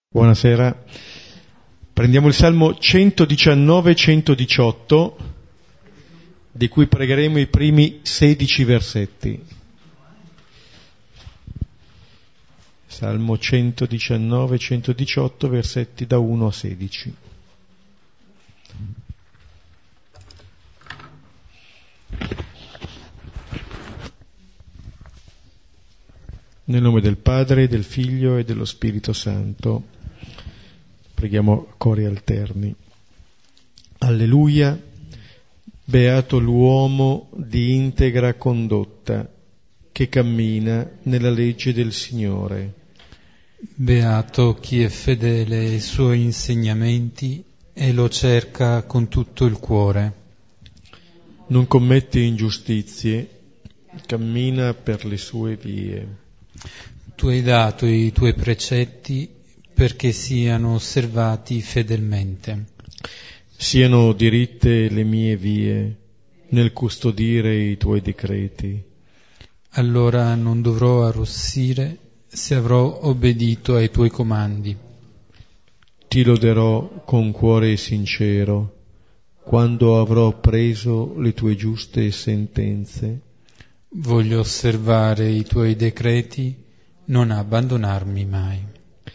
Buonasera. Prendiamo il Salmo 119 e 118, di cui pregheremo i primi 16 versetti. Salmo 119 e 118, versetti da 1 a 16. Nel nome del Padre, del Figlio e dello Spirito Santo. Preghiamo a cori alterni. Alleluia, beato l'uomo di integra condotta, che cammina nella legge del Signore. Beato chi è fedele ai suoi insegnamenti e lo cerca con tutto il cuore. Non commette ingiustizie, cammina per le sue vie. Tu hai dato i tuoi precetti perché siano osservati fedelmente. Siano diritte le mie vie nel custodire i tuoi decreti. Allora non dovrò arrossire se avrò obbedito ai tuoi comandi. Ti loderò con cuore sincero quando avrò preso le tue giuste sentenze. Voglio osservare i tuoi decreti, non abbandonarmi mai.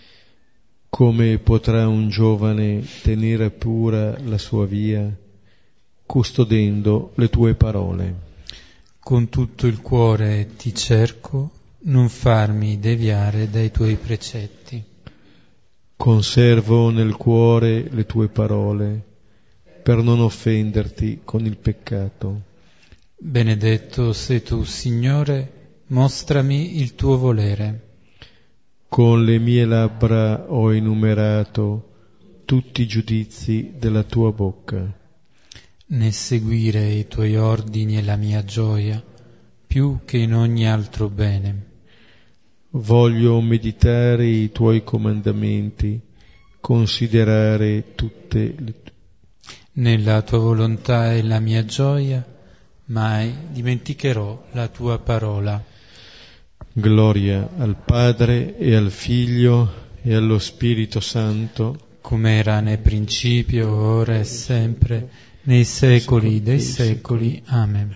Come potrà un giovane tenere pura la sua via, custodendo le tue parole? Con tutto il cuore ti cerco, non farmi deviare dai tuoi precetti. Conservo nel cuore le tue parole, per non offenderti con il peccato. Benedetto sei tu, Signore, mostrami il tuo volere. Con le mie labbra ho enumerato tutti i giudizi della tua bocca. Nel seguire i tuoi ordini è la mia gioia, più che in ogni altro bene. Voglio meditare i tuoi comandamenti, considerare tutte le tue. Nella tua volontà è la mia gioia, mai dimenticherò la tua parola. Gloria al Padre e al Figlio e allo Spirito Santo, come era nel principio, ora e sempre, nei secoli dei secoli. Amen.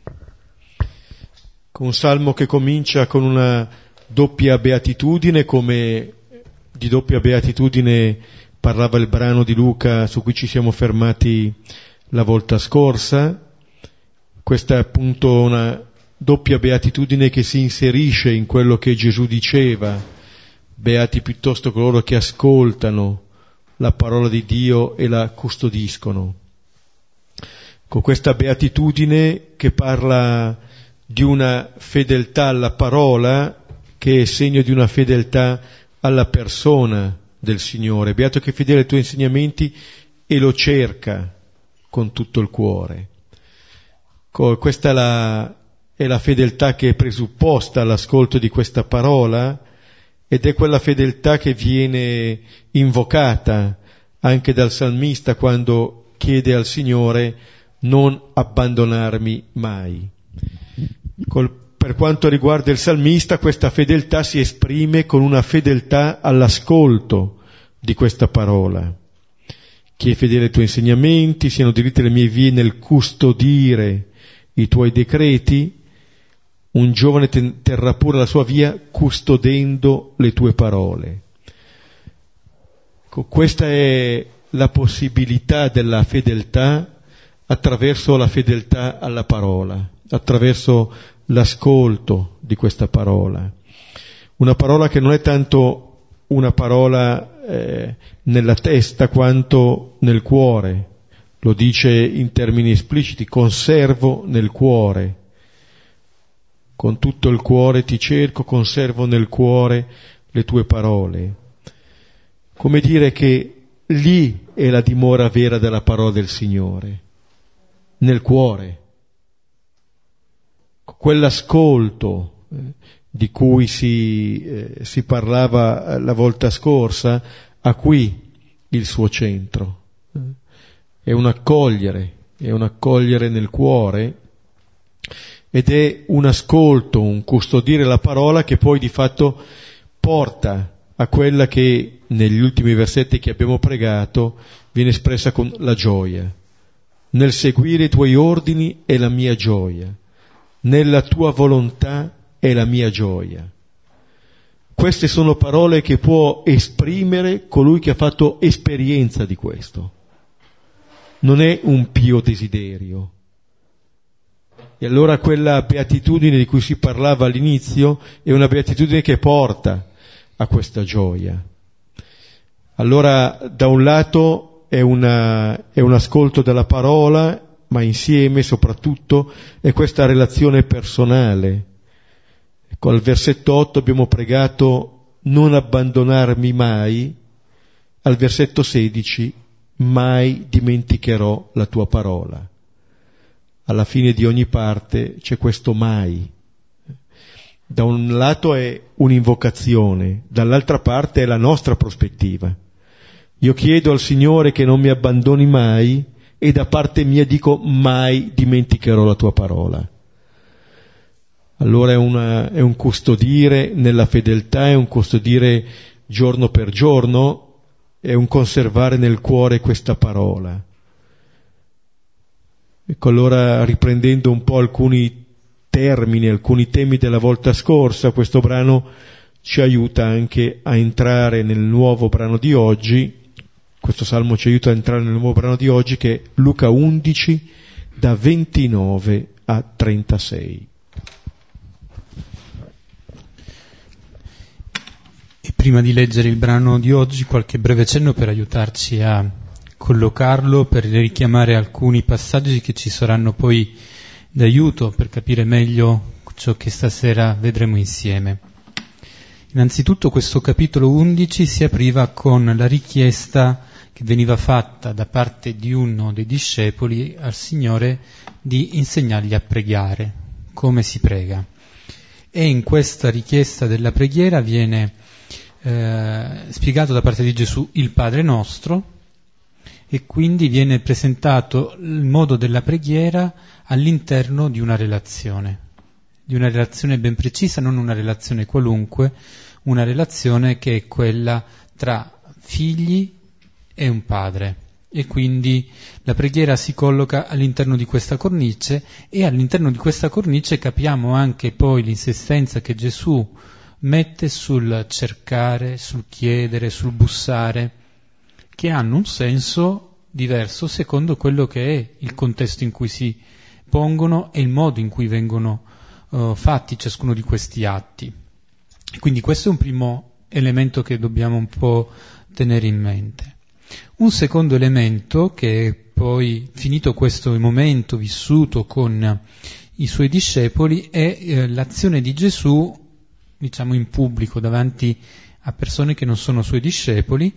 Con un salmo che comincia con una doppia beatitudine, come di doppia beatitudine parlava il brano di Luca su cui ci siamo fermati la volta scorsa. Questa è appunto una doppia beatitudine che si inserisce in quello che Gesù diceva: beati piuttosto coloro che ascoltano la parola di Dio e la custodiscono. Con questa beatitudine che parla di una fedeltà alla parola, che è segno di una fedeltà alla persona del Signore. Beato che è fedele ai tuoi insegnamenti e lo cerca con tutto il cuore. Questa è la fedeltà che è presupposta all'ascolto di questa parola, ed è quella fedeltà che viene invocata anche dal salmista quando chiede al Signore: non abbandonarmi mai. Per quanto riguarda il salmista, questa fedeltà si esprime con una fedeltà all'ascolto di questa parola. Chi è fedele ai tuoi insegnamenti, siano diritte le mie vie nel custodire i tuoi decreti. Un giovane terrà pura la sua via custodendo le tue parole. Questa è la possibilità della fedeltà attraverso la fedeltà alla parola, attraverso l'ascolto di questa parola. Una parola che non è tanto una parola nella testa quanto nel cuore. Lo dice in termini espliciti: conservo nel cuore. Con tutto il cuore ti cerco, conservo nel cuore le tue parole. Come dire che lì è la dimora vera della parola del Signore, nel cuore. Quell'ascolto di cui si parlava la volta scorsa ha qui il suo centro. È un accogliere nel cuore, ed è un ascolto, un custodire la parola che poi di fatto porta a quella che negli ultimi versetti che abbiamo pregato viene espressa con la gioia. Nel seguire i tuoi ordini è la mia gioia, nella tua volontà è la mia gioia. Queste sono parole che può esprimere colui che ha fatto esperienza di questo. Non è un pio desiderio. E allora quella beatitudine di cui si parlava all'inizio è una beatitudine che porta a questa gioia. Allora, da un lato è un ascolto della parola, ma insieme soprattutto è questa relazione personale. Ecco, al versetto 8 abbiamo pregato non abbandonarmi mai, al versetto 16 mai dimenticherò la tua parola. Alla fine di ogni parte c'è questo mai. Da un lato è un'invocazione, dall'altra parte è la nostra prospettiva. Io chiedo al Signore che non mi abbandoni mai e da parte mia dico mai dimenticherò la tua parola. Allora è un custodire nella fedeltà, è un custodire giorno per giorno, è un conservare nel cuore questa parola. Ecco, allora, riprendendo un po' alcuni termini, alcuni temi della volta scorsa, questo brano ci aiuta anche a entrare nel nuovo brano di oggi. Questo salmo ci aiuta a entrare nel nuovo brano di oggi, che è Luca 11, da 29 a 36. E prima di leggere il brano di oggi, qualche breve cenno per aiutarci a collocarlo, per richiamare alcuni passaggi che ci saranno poi d'aiuto per capire meglio ciò che stasera vedremo insieme. Innanzitutto questo capitolo 11 si apriva con la richiesta che veniva fatta da parte di uno dei discepoli al Signore di insegnargli a pregare, come si prega. E in questa richiesta della preghiera viene spiegato da parte di Gesù il Padre nostro, e quindi viene presentato il modo della preghiera all'interno di una relazione ben precisa, non una relazione qualunque, una relazione che è quella tra figli e un padre. E quindi la preghiera si colloca all'interno di questa cornice, e all'interno di questa cornice capiamo anche poi l'insistenza che Gesù mette sul cercare, sul chiedere, sul bussare, che hanno un senso diverso secondo quello che è il contesto in cui si pongono e il modo in cui vengono fatti ciascuno di questi atti. Quindi questo è un primo elemento che dobbiamo un po' tenere in mente. Un secondo elemento, che poi, finito questo momento vissuto con i suoi discepoli, è l'azione di Gesù, diciamo in pubblico, davanti a persone che non sono suoi discepoli,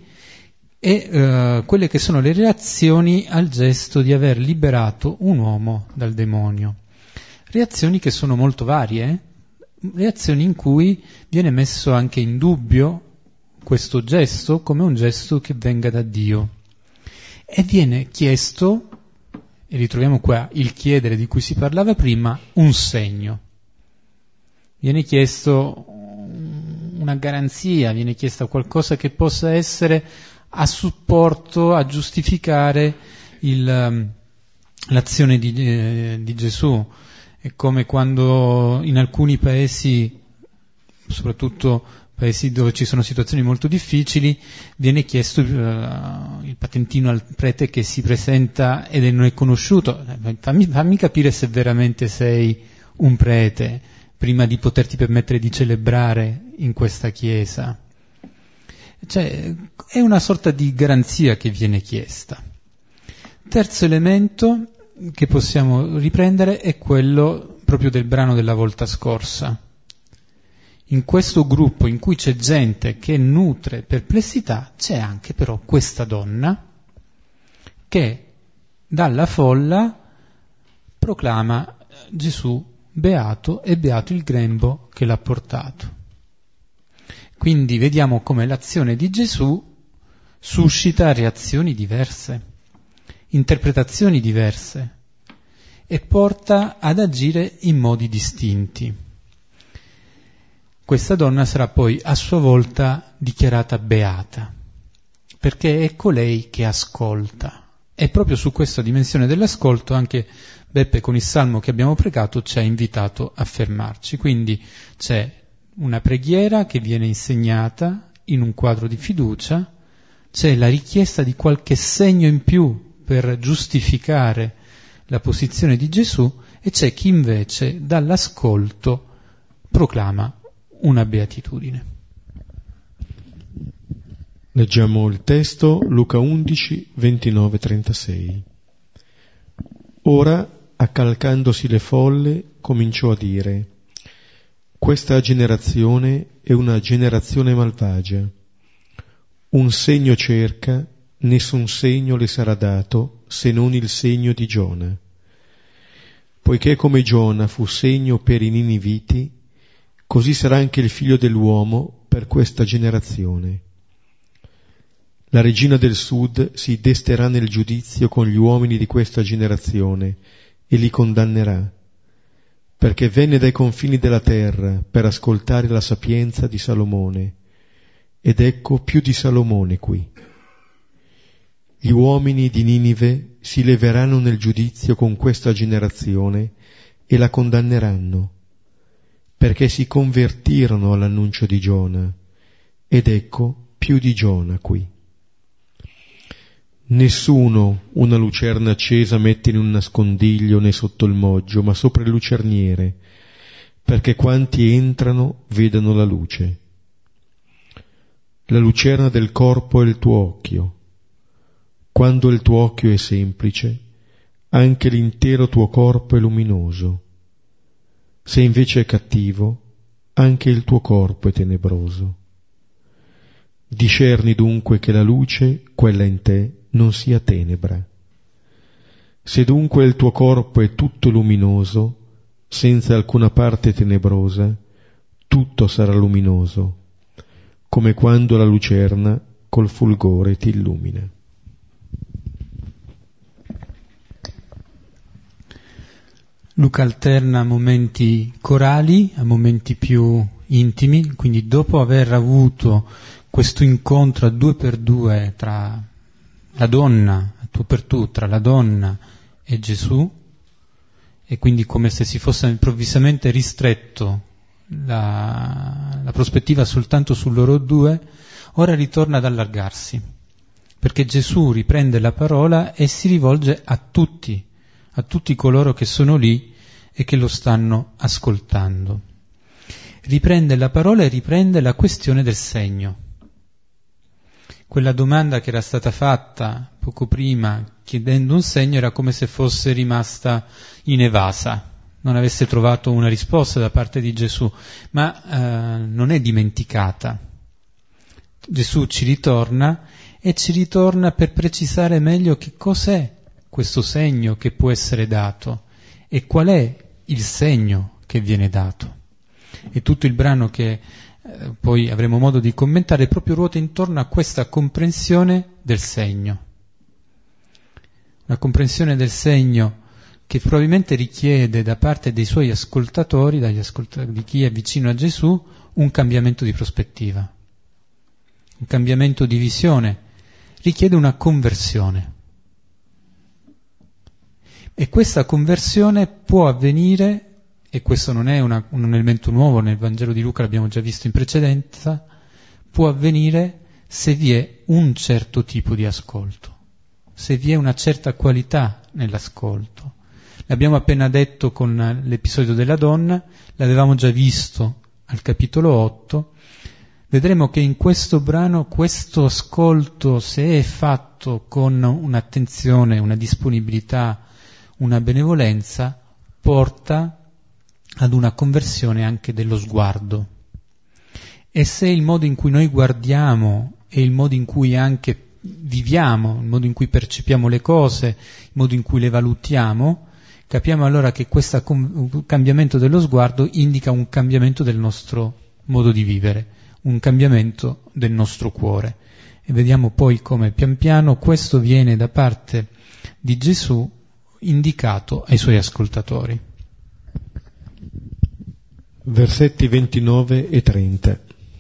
e quelle che sono le reazioni al gesto di aver liberato un uomo dal demonio. Reazioni che sono molto varie, reazioni in cui viene messo anche in dubbio questo gesto come un gesto che venga da Dio. E viene chiesto, e ritroviamo qua il chiedere di cui si parlava prima, un segno. Viene chiesto una garanzia, viene chiesto qualcosa che possa essere a supporto, a giustificare l'azione di Gesù. È come quando in alcuni paesi, soprattutto paesi dove ci sono situazioni molto difficili, viene chiesto il patentino al prete che si presenta ed non è conosciuto. Fammi capire se veramente sei un prete prima di poterti permettere di celebrare in questa chiesa. Cioè, è una sorta di garanzia che viene chiesta. Terzo elemento che possiamo riprendere è quello proprio del brano della volta scorsa. In questo gruppo in cui c'è gente che nutre perplessità, c'è anche però questa donna che dalla folla proclama Gesù beato e beato il grembo che l'ha portato. Quindi vediamo come l'azione di Gesù suscita reazioni diverse, interpretazioni diverse, e porta ad agire in modi distinti. questa donna sarà poi a sua volta dichiarata beata, perché è colei che ascolta. E proprio su questa dimensione dell'ascolto anche Beppe, con il salmo che abbiamo pregato, ci ha invitato a fermarci. Quindi c'è una preghiera che viene insegnata in un quadro di fiducia, c'è la richiesta di qualche segno in più per giustificare la posizione di Gesù, e c'è chi invece dall'ascolto proclama una beatitudine. Leggiamo il testo, Luca 11, 29-36. Ora, accalcandosi le folle, cominciò a dire: questa generazione è una generazione malvagia. Un segno cerca, nessun segno le sarà dato se non il segno di Giona. Poiché come Giona fu segno per i niniviti, così sarà anche il figlio dell'uomo per questa generazione. La regina del sud si desterà nel giudizio con gli uomini di questa generazione e li condannerà, perché venne dai confini della terra per ascoltare la sapienza di Salomone, ed ecco più di Salomone qui. Gli uomini di Ninive si leveranno nel giudizio con questa generazione e la condanneranno, perché si convertirono all'annuncio di Giona, ed ecco più di Giona qui. Nessuno una lucerna accesa mette in un nascondiglio né sotto il moggio, ma sopra il lucerniere, perché quanti entrano vedano la luce. La lucerna del corpo è il tuo occhio. Quando il tuo occhio è semplice, anche l'intero tuo corpo è luminoso. Se invece è cattivo, anche il tuo corpo è tenebroso. Discerni dunque che la luce, quella in te, non sia tenebra. Se dunque il tuo corpo è tutto luminoso, senza alcuna parte tenebrosa, tutto sarà luminoso, come quando la lucerna col fulgore ti illumina. Luca alterna momenti corali a momenti più intimi, quindi dopo aver avuto questo incontro a 2 per 2 tra la donna, a tu per tu, tra la donna e Gesù, e quindi come se si fosse improvvisamente ristretto la prospettiva soltanto su loro due, ora ritorna ad allargarsi, perché Gesù riprende la parola e si rivolge a tutti coloro che sono lì e che lo stanno ascoltando. Riprende la parola e riprende la questione del segno. Quella domanda che era stata fatta poco prima chiedendo un segno era come se fosse rimasta inevasa, non avesse trovato una risposta da parte di Gesù, ma non è dimenticata. Gesù ci ritorna per precisare meglio che cos'è questo segno che può essere dato e qual è il segno che viene dato. E tutto il brano che poi avremo modo di commentare proprio ruota intorno a questa comprensione del segno. Una comprensione del segno che probabilmente richiede da parte dei suoi ascoltatori, di chi è vicino a Gesù, un cambiamento di prospettiva, un cambiamento di visione, richiede una conversione. E questa conversione può avvenire, e questo non è un elemento nuovo, nel Vangelo di Luca l'abbiamo già visto in precedenza, può avvenire se vi è un certo tipo di ascolto, se vi è una certa qualità nell'ascolto. L'abbiamo appena detto con l'episodio della donna, l'avevamo già visto al capitolo 8, vedremo che in questo brano questo ascolto, se è fatto con un'attenzione, una disponibilità, una benevolenza, porta ad una conversione anche dello sguardo. E se il modo in cui noi guardiamo e il modo in cui anche viviamo, il modo in cui percepiamo le cose, il modo in cui le valutiamo, capiamo allora che questo cambiamento dello sguardo indica un cambiamento del nostro modo di vivere, un cambiamento del nostro cuore. E vediamo poi come pian piano questo viene da parte di Gesù indicato ai suoi ascoltatori. Versetti 29 e 30.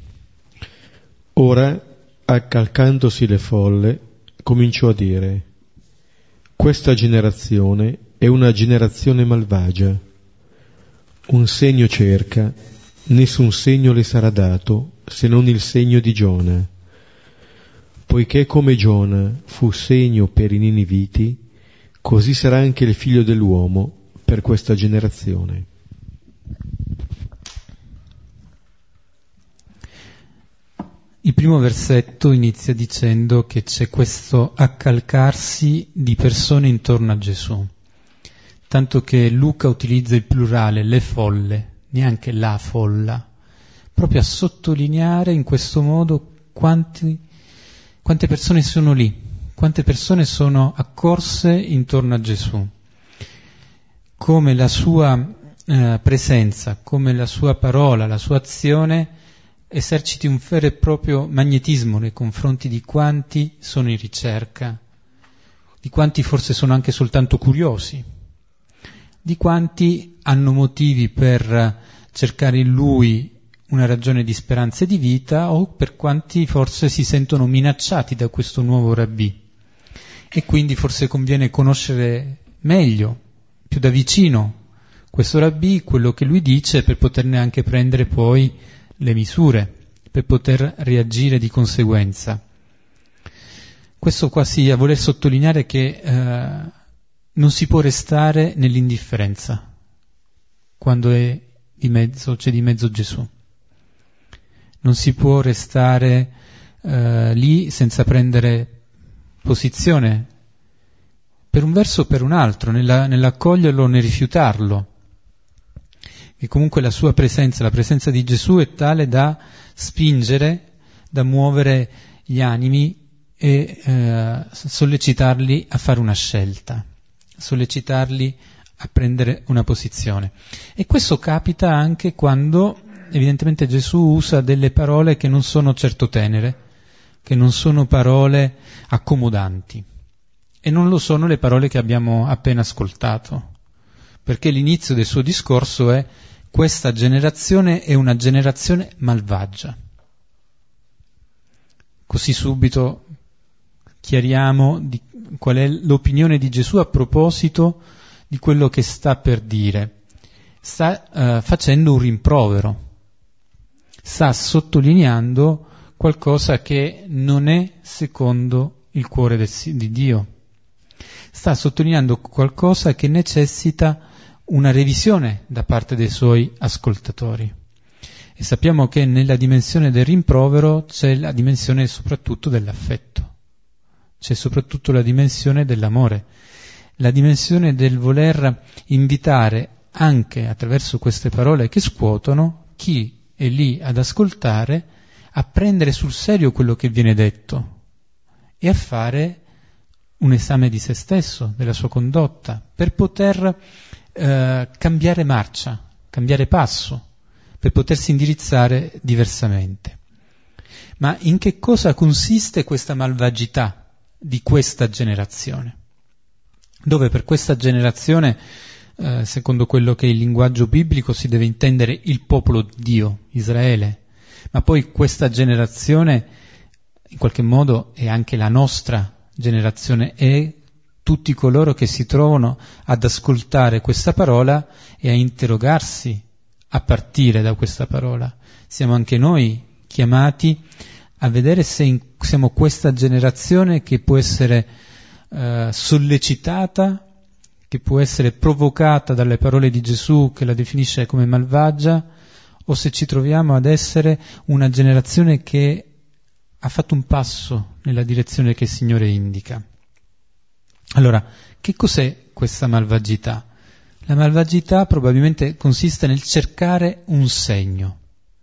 Ora, accalcandosi le folle, cominciò a dire: questa generazione è una generazione malvagia. Un segno cerca, nessun segno le sarà dato, se non il segno di Giona. Poiché come Giona fu segno per i niniviti, così sarà anche il figlio dell'uomo per questa generazione. Il primo versetto inizia dicendo che c'è questo accalcarsi di persone intorno a Gesù, tanto che Luca utilizza il plurale, le folle, neanche la folla, proprio a sottolineare in questo modo quante persone sono lì, quante persone sono accorse intorno a Gesù, come la sua presenza, come la sua parola, la sua azione eserciti un vero e proprio magnetismo nei confronti di quanti sono in ricerca, di quanti forse sono anche soltanto curiosi, di quanti hanno motivi per cercare in Lui una ragione di speranza e di vita, o per quanti forse si sentono minacciati da questo nuovo rabbì. E quindi forse conviene conoscere meglio, più da vicino, questo rabbì, quello che lui dice, per poterne anche prendere poi le misure, per poter reagire di conseguenza. Questo quasi a voler sottolineare che non si può restare nell'indifferenza quando c'è di mezzo Gesù. Non si può restare lì senza prendere posizione per un verso o per un altro, nell'accoglierlo o nel rifiutarlo. E comunque la sua presenza, la presenza di Gesù è tale da spingere, da muovere gli animi e sollecitarli a fare una scelta, sollecitarli a prendere una posizione. E questo capita anche quando evidentemente Gesù usa delle parole che non sono certo tenere, che non sono parole accomodanti, e non lo sono le parole che abbiamo appena ascoltato, perché l'inizio del suo discorso è: questa generazione è una generazione malvagia. Così subito chiariamo qual è l'opinione di Gesù a proposito di quello che sta per dire. Sta facendo un rimprovero, sta sottolineando qualcosa che non è secondo il cuore di Dio. Sta sottolineando qualcosa che necessita una revisione da parte dei suoi ascoltatori. E sappiamo che nella dimensione del rimprovero c'è la dimensione soprattutto dell'affetto, c'è soprattutto la dimensione dell'amore, la dimensione del voler invitare anche attraverso queste parole che scuotono chi è lì ad ascoltare a prendere sul serio quello che viene detto e a fare un esame di se stesso, della sua condotta, per poter cambiare marcia, cambiare passo, per potersi indirizzare diversamente. Ma in che cosa consiste questa malvagità di questa generazione? Dove per questa generazione, secondo quello che è il linguaggio biblico, si deve intendere il popolo di Dio, Israele, ma poi questa generazione in qualche modo è anche la nostra generazione, è tutti coloro che si trovano ad ascoltare questa parola e a interrogarsi a partire da questa parola. Siamo anche noi chiamati a vedere se siamo questa generazione che può essere sollecitata, che può essere provocata dalle parole di Gesù che la definisce come malvagia, o se ci troviamo ad essere una generazione che ha fatto un passo nella direzione che il Signore indica. Allora, che cos'è questa malvagità? La malvagità probabilmente consiste nel cercare un segno.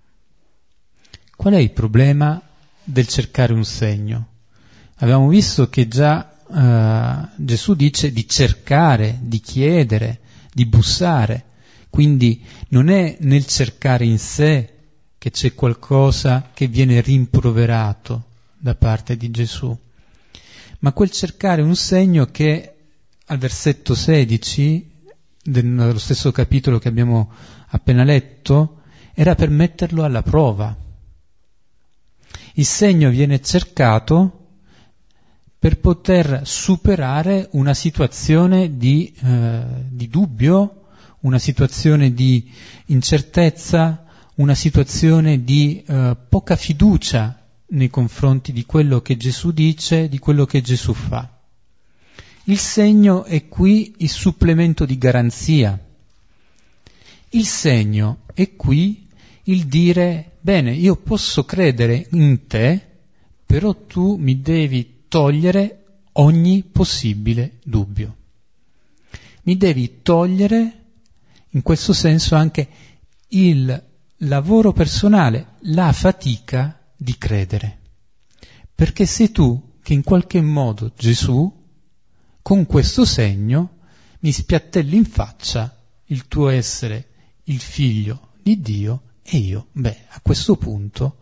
Qual è il problema del cercare un segno? Abbiamo visto che già Gesù dice di cercare, di chiedere, di bussare. Quindi non è nel cercare in sé che c'è qualcosa che viene rimproverato da parte di Gesù, ma quel cercare un segno che al versetto 16 dello stesso capitolo che abbiamo appena letto era per metterlo alla prova. Il segno viene cercato per poter superare una situazione di dubbio, una situazione di incertezza, una situazione di poca fiducia nei confronti di quello che Gesù dice, di quello che Gesù fa. Il segno è qui il supplemento di garanzia. Il segno è qui il dire, bene, io posso credere in te, però tu mi devi togliere ogni possibile dubbio. Mi devi togliere, in questo senso, anche il lavoro personale, la fatica di credere. Perché sei tu che in qualche modo, Gesù, con questo segno, mi spiattelli in faccia il tuo essere il figlio di Dio e io, a questo punto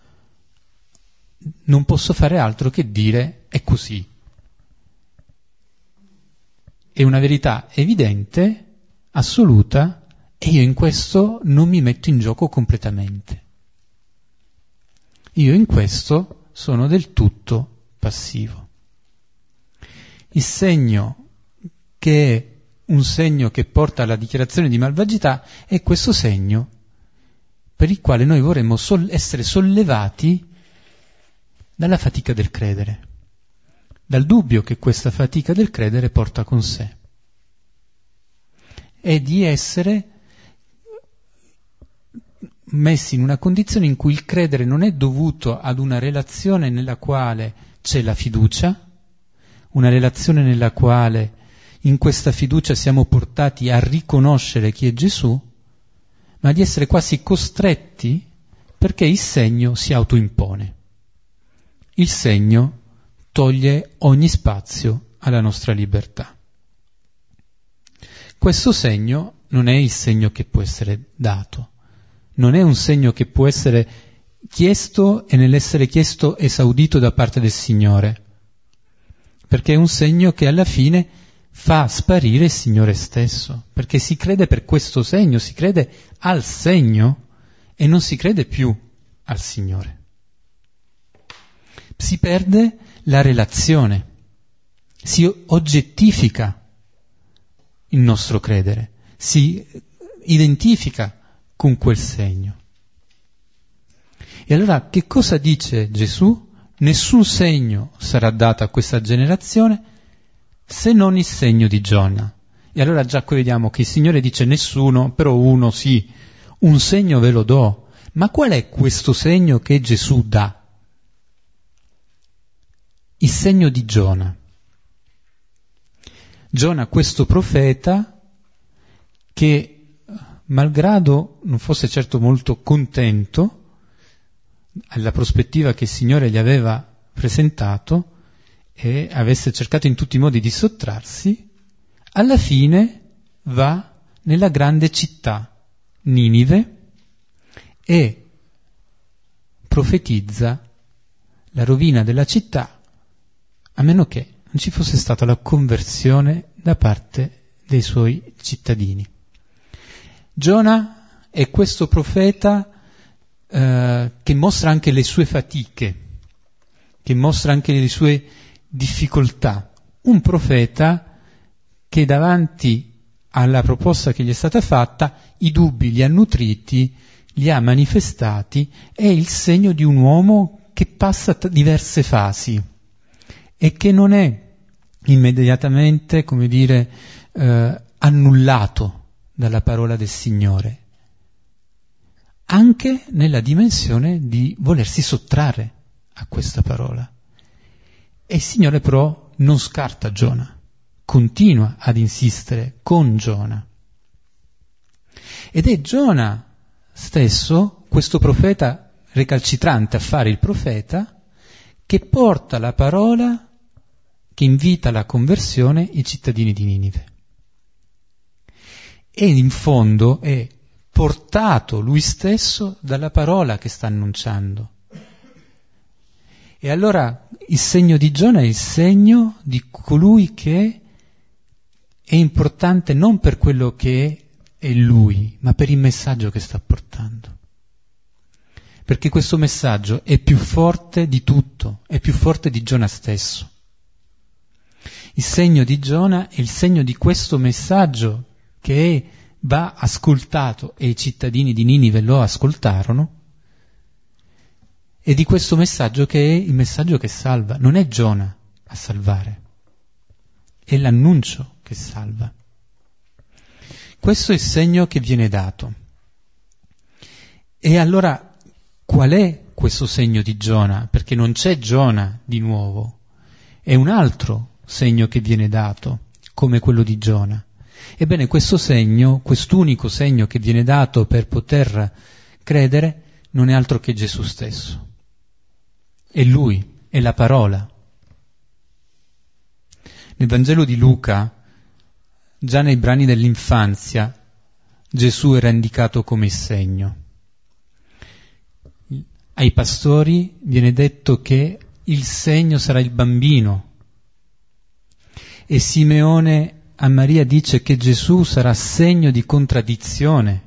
non posso fare altro che dire è così. È una verità evidente, assoluta, e io in questo non mi metto in gioco completamente. Io in questo sono del tutto passivo. Il segno che è un segno che porta alla dichiarazione di malvagità è questo segno per il quale noi vorremmo essere sollevati dalla fatica del credere, dal dubbio che questa fatica del credere porta con sé, e di essere messi in una condizione in cui il credere non è dovuto ad una relazione nella quale c'è la fiducia, una relazione nella quale in questa fiducia siamo portati a riconoscere chi è Gesù, ma di essere quasi costretti perché il segno si autoimpone. Il segno toglie ogni spazio alla nostra libertà. Questo segno non è il segno che può essere dato, non è un segno che può essere chiesto e nell'essere chiesto esaudito da parte del Signore, perché è un segno che alla fine fa sparire il Signore stesso, perché si crede per questo segno, si crede al segno e non si crede più al Signore. Si perde la relazione, si oggettifica il nostro credere, si identifica con quel segno. E allora che cosa dice Gesù? Nessun segno sarà dato a questa generazione se non il segno di Giona. E allora già qui vediamo che il Signore dice nessuno, però uno sì, un segno ve lo do. Ma qual è questo segno che Gesù dà? Il segno di Giona. Giona, questo profeta, che malgrado non fosse certo molto contento alla prospettiva che il Signore gli aveva presentato e avesse cercato in tutti i modi di sottrarsi, alla fine va nella grande città, Ninive, e profetizza la rovina della città, a meno che non ci fosse stata la conversione da parte dei suoi cittadini. Giona è questo profeta che mostra anche le sue fatiche, che mostra anche le sue difficoltà. Un profeta che davanti alla proposta che gli è stata fatta, i dubbi li ha nutriti, li ha manifestati, è il segno di un uomo che passa diverse fasi e che non è immediatamente, annullato dalla parola del Signore, anche nella dimensione di volersi sottrarre a questa parola. E il Signore però non scarta Giona, continua ad insistere con Giona. Ed è Giona stesso, questo profeta recalcitrante a fare il profeta, che porta la parola che invita alla conversione i cittadini di Ninive. E in fondo è portato lui stesso dalla parola che sta annunciando. E allora il segno di Giona è il segno di colui che è importante non per quello che è lui, ma per il messaggio che sta portando. perché questo messaggio è più forte di tutto, è più forte di Giona stesso. Il segno di Giona è il segno di questo messaggio che va ascoltato, e i cittadini di Ninive lo ascoltarono, e di questo messaggio che è il messaggio che salva. Non è Giona a salvare, è l'annuncio che salva. Questo è il segno che viene dato. E allora qual è questo segno di Giona? Perché non c'è Giona di nuovo, è un altro segno che viene dato, come quello di Giona. Ebbene, questo segno, quest'unico segno che viene dato per poter credere, non è altro che Gesù stesso. È Lui, è la parola. Nel Vangelo di Luca, già nei brani dell'infanzia, Gesù era indicato come il segno. Ai pastori viene detto che il segno sarà il bambino, e Simeone a Maria dice che Gesù sarà segno di contraddizione.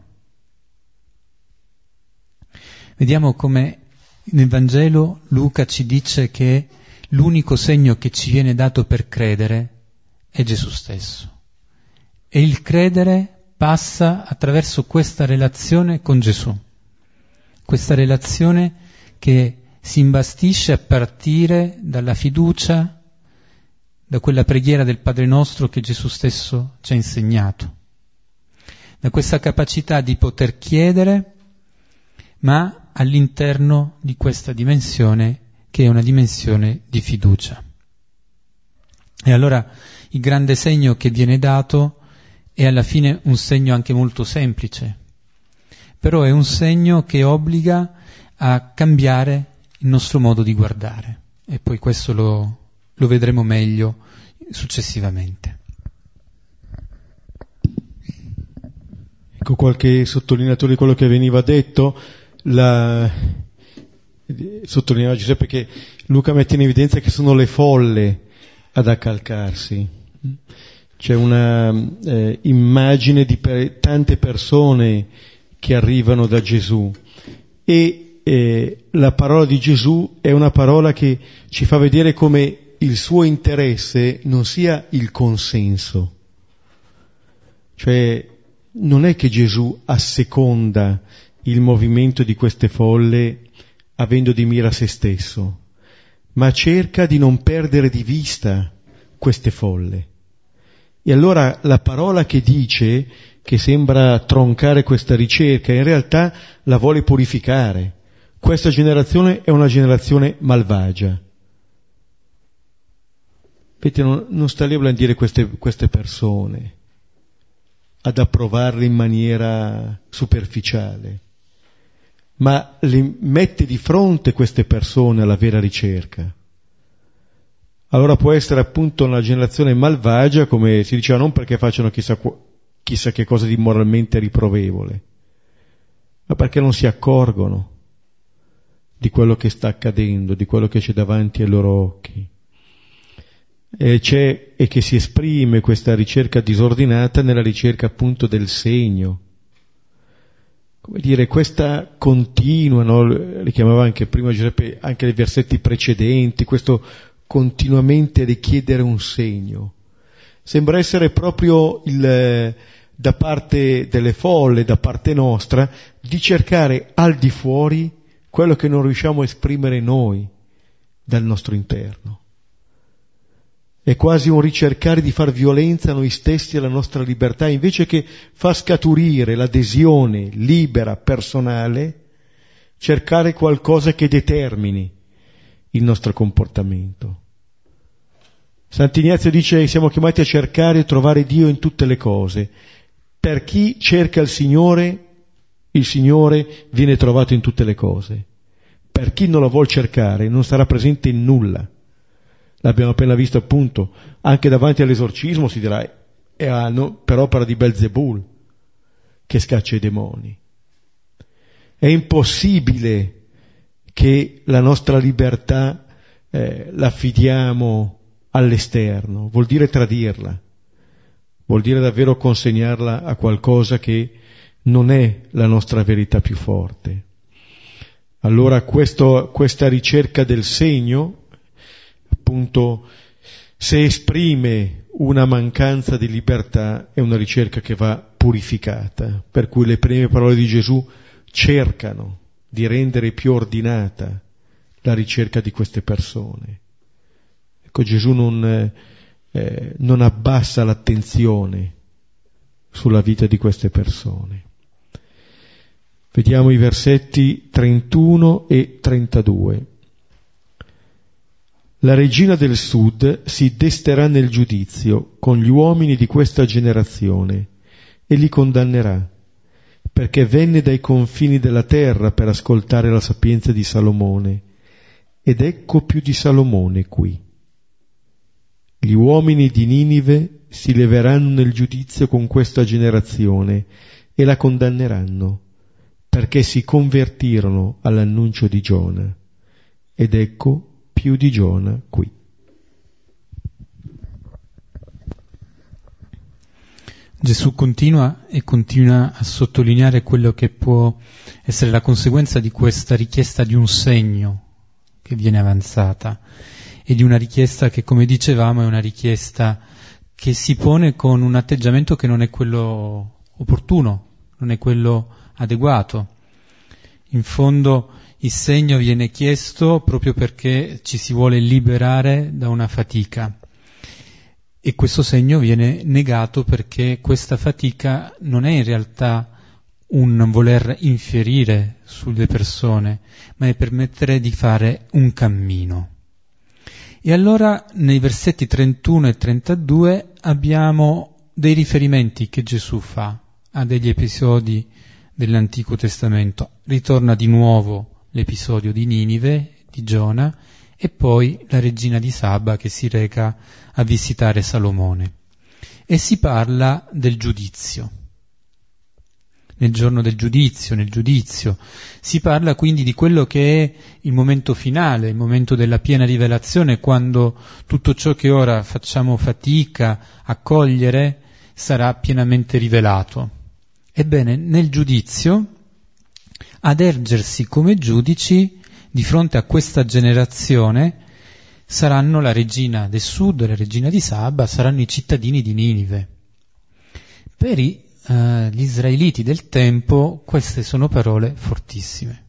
Vediamo come nel Vangelo Luca ci dice che l'unico segno che ci viene dato per credere è Gesù stesso. E il credere passa attraverso questa relazione con Gesù, questa relazione che si imbastisce a partire dalla fiducia, da quella preghiera del Padre nostro che Gesù stesso ci ha insegnato, da questa capacità di poter chiedere, ma all'interno di questa dimensione che è una dimensione di fiducia. E allora il grande segno che viene dato è alla fine un segno anche molto semplice, però è un segno che obbliga a cambiare il nostro modo di guardare, e poi questo lo vedremo meglio successivamente. Ecco qualche sottolineatore di quello che veniva detto. Sottolineava Giuseppe che Luca mette in evidenza che sono le folle ad accalcarsi. C'è una immagine di tante persone che arrivano da Gesù, e la parola di Gesù è una parola che ci fa vedere come il suo interesse non sia il consenso, cioè non è che Gesù asseconda il movimento di queste folle avendo di mira se stesso, ma cerca di non perdere di vista queste folle. E allora la parola che dice, che sembra troncare questa ricerca, in realtà la vuole purificare. Questa generazione è una generazione malvagia. Vedete, non sta lì a blandire queste persone, ad approvarle in maniera superficiale, ma le mette di fronte queste persone alla vera ricerca. Allora può essere appunto una generazione malvagia, come si diceva, non perché facciano chissà che cosa di moralmente riprovevole, ma perché non si accorgono di quello che sta accadendo, di quello che c'è davanti ai loro occhi. E che si esprime questa ricerca disordinata nella ricerca appunto del segno. Come dire, questa continua, no? Li chiamava anche prima Giuseppe, anche nei versetti precedenti, questo continuamente richiedere un segno. Sembra essere proprio da parte delle folle, da parte nostra, di cercare al di fuori quello che non riusciamo a esprimere noi dal nostro interno. È quasi un ricercare di far violenza a noi stessi e alla nostra libertà, invece che far scaturire l'adesione libera, personale, cercare qualcosa che determini il nostro comportamento. Sant'Ignazio dice: siamo chiamati a cercare e trovare Dio in tutte le cose. Per chi cerca il Signore viene trovato in tutte le cose. Per chi non lo vuol cercare non sarà presente in nulla. L'abbiamo appena visto appunto, anche davanti all'esorcismo si dirà: è per opera di Belzebul che scaccia i demoni. È impossibile che la nostra libertà l'affidiamo all'esterno, vuol dire tradirla, vuol dire davvero consegnarla a qualcosa che non è la nostra verità più forte. Allora questa ricerca del segno, appunto, se esprime una mancanza di libertà, è una ricerca che va purificata, per cui le prime parole di Gesù cercano di rendere più ordinata la ricerca di queste persone. Ecco, Gesù non abbassa l'attenzione sulla vita di queste persone. Vediamo i versetti 31 e 32. La regina del sud si desterà nel giudizio con gli uomini di questa generazione e li condannerà, perché venne dai confini della terra per ascoltare la sapienza di Salomone, ed ecco più di Salomone qui. Gli uomini di Ninive si leveranno nel giudizio con questa generazione e la condanneranno, perché si convertirono all'annuncio di Giona, ed ecco più di Giona qui. Gesù continua a sottolineare quello che può essere la conseguenza di questa richiesta di un segno che viene avanzata, e di una richiesta che, come dicevamo, è una richiesta che si pone con un atteggiamento che non è quello opportuno, non è quello adeguato. In fondo il segno viene chiesto proprio perché ci si vuole liberare da una fatica, e questo segno viene negato perché questa fatica non è in realtà un voler infierire sulle persone, ma è permettere di fare un cammino. E allora nei versetti 31 e 32 abbiamo dei riferimenti che Gesù fa a degli episodi dell'Antico Testamento. Ritorna di nuovo l'episodio di Ninive, di Giona, e poi la regina di Saba che si reca a visitare Salomone. E si parla del giudizio. Nel giorno del giudizio, nel giudizio, si parla quindi di quello che è il momento finale, il momento della piena rivelazione, quando tutto ciò che ora facciamo fatica a cogliere sarà pienamente rivelato. Ebbene, nel giudizio, ad ergersi come giudici di fronte a questa generazione saranno la regina del sud, la regina di Saba, saranno i cittadini di Ninive. Per gli israeliti del tempo queste sono parole fortissime,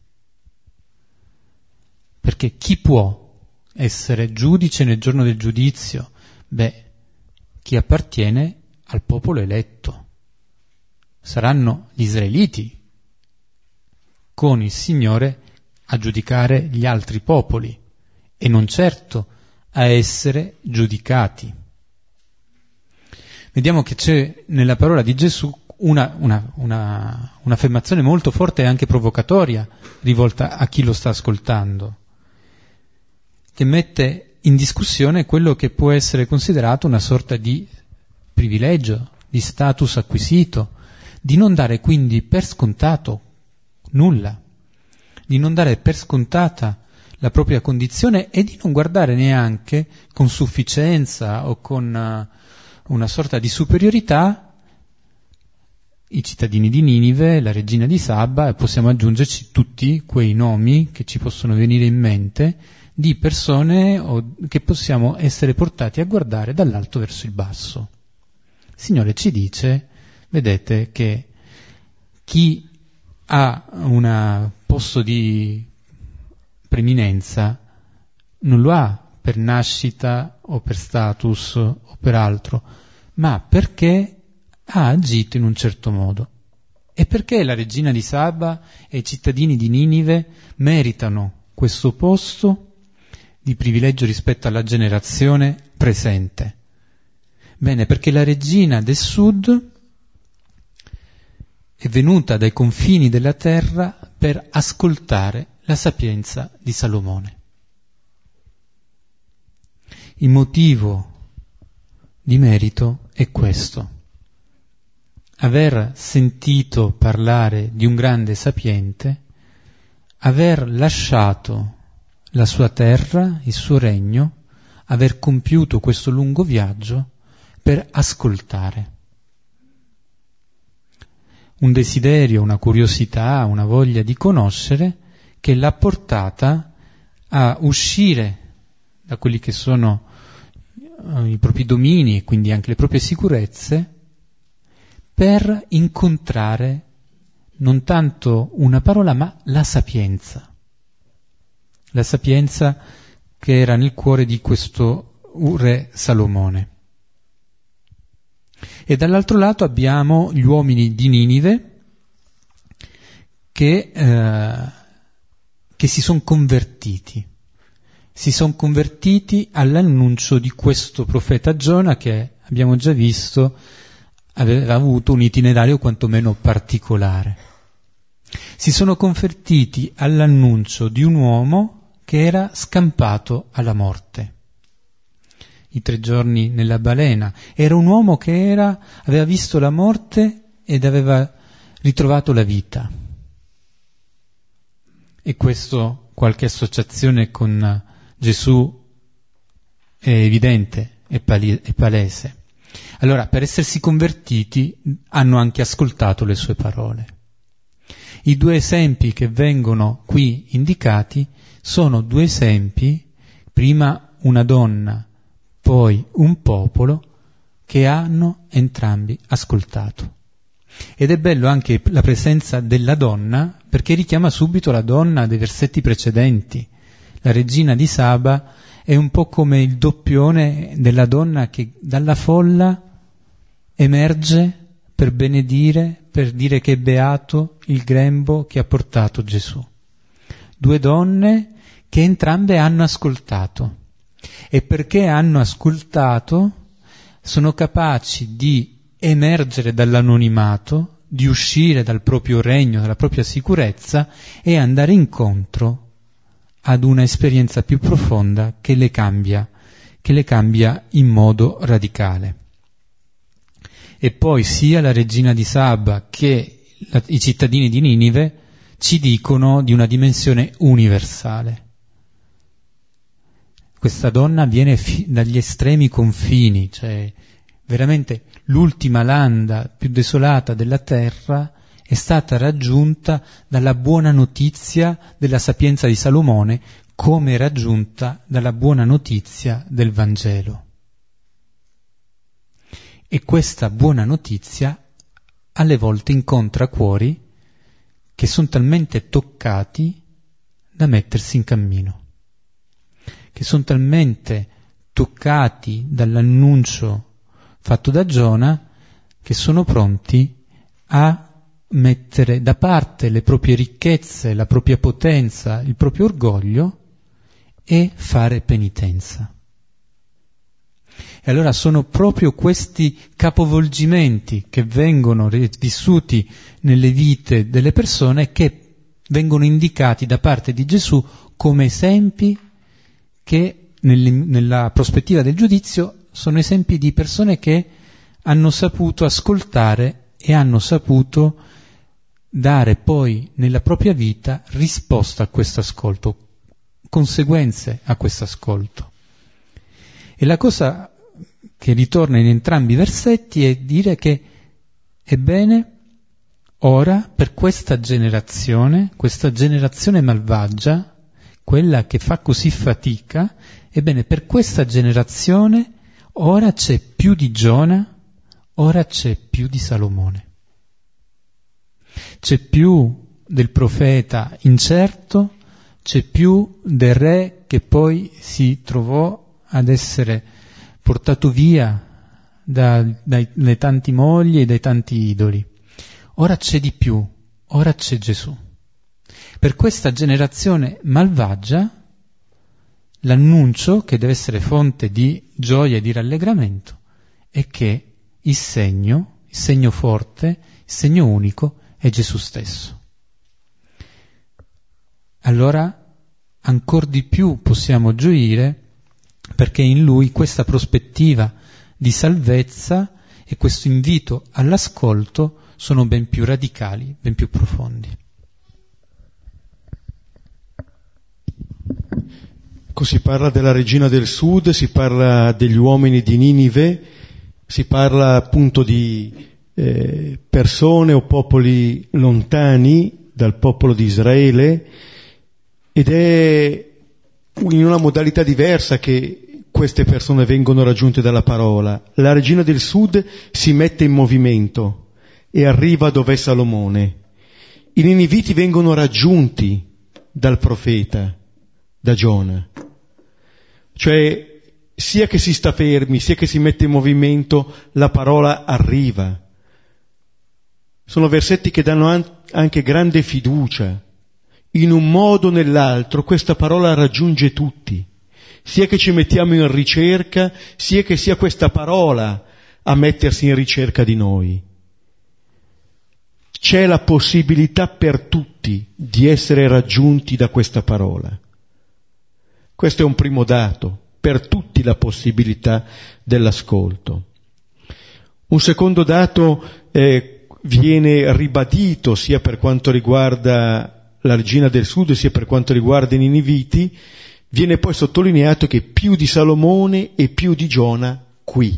perché chi può essere giudice nel giorno del giudizio? Chi appartiene al popolo eletto. Saranno gli israeliti con il Signore a giudicare gli altri popoli e non certo a essere giudicati. Vediamo che c'è nella parola di Gesù un'affermazione molto forte e anche provocatoria rivolta a chi lo sta ascoltando, che mette in discussione quello che può essere considerato una sorta di privilegio, di status acquisito, di non dare quindi per scontato nulla, di non dare per scontata la propria condizione e di non guardare neanche con sufficienza o con una sorta di superiorità i cittadini di Ninive, la regina di Saba, e possiamo aggiungerci tutti quei nomi che ci possono venire in mente di persone che possiamo essere portati a guardare dall'alto verso il basso. Il Signore ci dice, vedete, che chi ha un posto di preminenza non lo ha per nascita o per status o per altro, ma perché ha agito in un certo modo. E perché la regina di Saba e i cittadini di Ninive meritano questo posto di privilegio rispetto alla generazione presente? Bene, perché la regina del sud è venuta dai confini della terra per ascoltare la sapienza di Salomone. Il motivo di merito è questo: aver sentito parlare di un grande sapiente, aver lasciato la sua terra, il suo regno, aver compiuto questo lungo viaggio per ascoltare. Un desiderio, una curiosità, una voglia di conoscere che l'ha portata a uscire da quelli che sono i propri domini e quindi anche le proprie sicurezze, per incontrare non tanto una parola ma la sapienza che era nel cuore di questo re Salomone. E dall'altro lato abbiamo gli uomini di Ninive che si sono convertiti all'annuncio di questo profeta Giona, che abbiamo già visto aveva avuto un itinerario quantomeno particolare. Si sono convertiti all'annuncio di un uomo che era scampato alla morte. I 3 giorni nella balena. Era un uomo che aveva visto la morte ed aveva ritrovato la vita. E questo, qualche associazione con Gesù è evidente, è palese. Allora, per essersi convertiti, hanno anche ascoltato le sue parole. I 2 esempi che vengono qui indicati sono 2 esempi, prima una donna, poi un popolo, che hanno entrambi ascoltato. Ed è bello anche la presenza della donna, perché richiama subito la donna dei versetti precedenti. La regina di Saba è un po' come il doppione della donna che dalla folla emerge per benedire, per dire che è beato il grembo che ha portato Gesù. 2 donne che entrambe hanno ascoltato, e perché hanno ascoltato sono capaci di emergere dall'anonimato, di uscire dal proprio regno, dalla propria sicurezza e andare incontro ad una esperienza più profonda che le cambia in modo radicale. E poi sia la regina di Saba che i cittadini di Ninive ci dicono di una dimensione universale. Questa donna viene dagli estremi confini, cioè veramente l'ultima landa più desolata della terra è stata raggiunta dalla buona notizia della sapienza di Salomone, come raggiunta dalla buona notizia del Vangelo. E questa buona notizia alle volte incontra cuori che sono talmente toccati da mettersi in cammino, che sono talmente toccati dall'annuncio fatto da Giona che sono pronti a mettere da parte le proprie ricchezze, la propria potenza, il proprio orgoglio e fare penitenza. E allora sono proprio questi capovolgimenti che vengono vissuti nelle vite delle persone che vengono indicati da parte di Gesù come esempi che nella prospettiva del giudizio sono esempi di persone che hanno saputo ascoltare e hanno saputo dare poi nella propria vita risposta a questo ascolto, conseguenze a questo ascolto. E la cosa che ritorna in entrambi i versetti è dire che, ebbene, ora per questa generazione malvagia, quella che fa così fatica, ebbene per questa generazione ora c'è più di Giona, ora c'è più di Salomone. C'è più del profeta incerto, c'è più del re che poi si trovò ad essere portato via dalle tante mogli e dai tanti idoli. Ora c'è di più, ora c'è Gesù. Per questa generazione malvagia, l'annuncio, che deve essere fonte di gioia e di rallegramento, è che il segno forte, il segno unico, è Gesù stesso. Allora, ancor di più possiamo gioire perché in Lui questa prospettiva di salvezza e questo invito all'ascolto sono ben più radicali, ben più profondi. Si parla della regina del sud, si parla degli uomini di Ninive, si parla appunto di persone o popoli lontani dal popolo di Israele ed è in una modalità diversa che queste persone vengono raggiunte dalla parola. La regina del sud si mette in movimento e arriva dove è Salomone. I niniviti vengono raggiunti dal profeta, da Giona. Cioè, sia che si sta fermi, sia che si mette in movimento, la parola arriva. Sono versetti che danno anche grande fiducia. In un modo o nell'altro questa parola raggiunge tutti, sia che ci mettiamo in ricerca, sia che sia questa parola a mettersi in ricerca di noi. C'è la possibilità per tutti di essere raggiunti da questa parola. Questo è un primo dato, per tutti la possibilità dell'ascolto. Un secondo dato viene ribadito sia per quanto riguarda la regina del sud sia per quanto riguarda i niniviti, viene poi sottolineato che più di Salomone e più di Giona qui.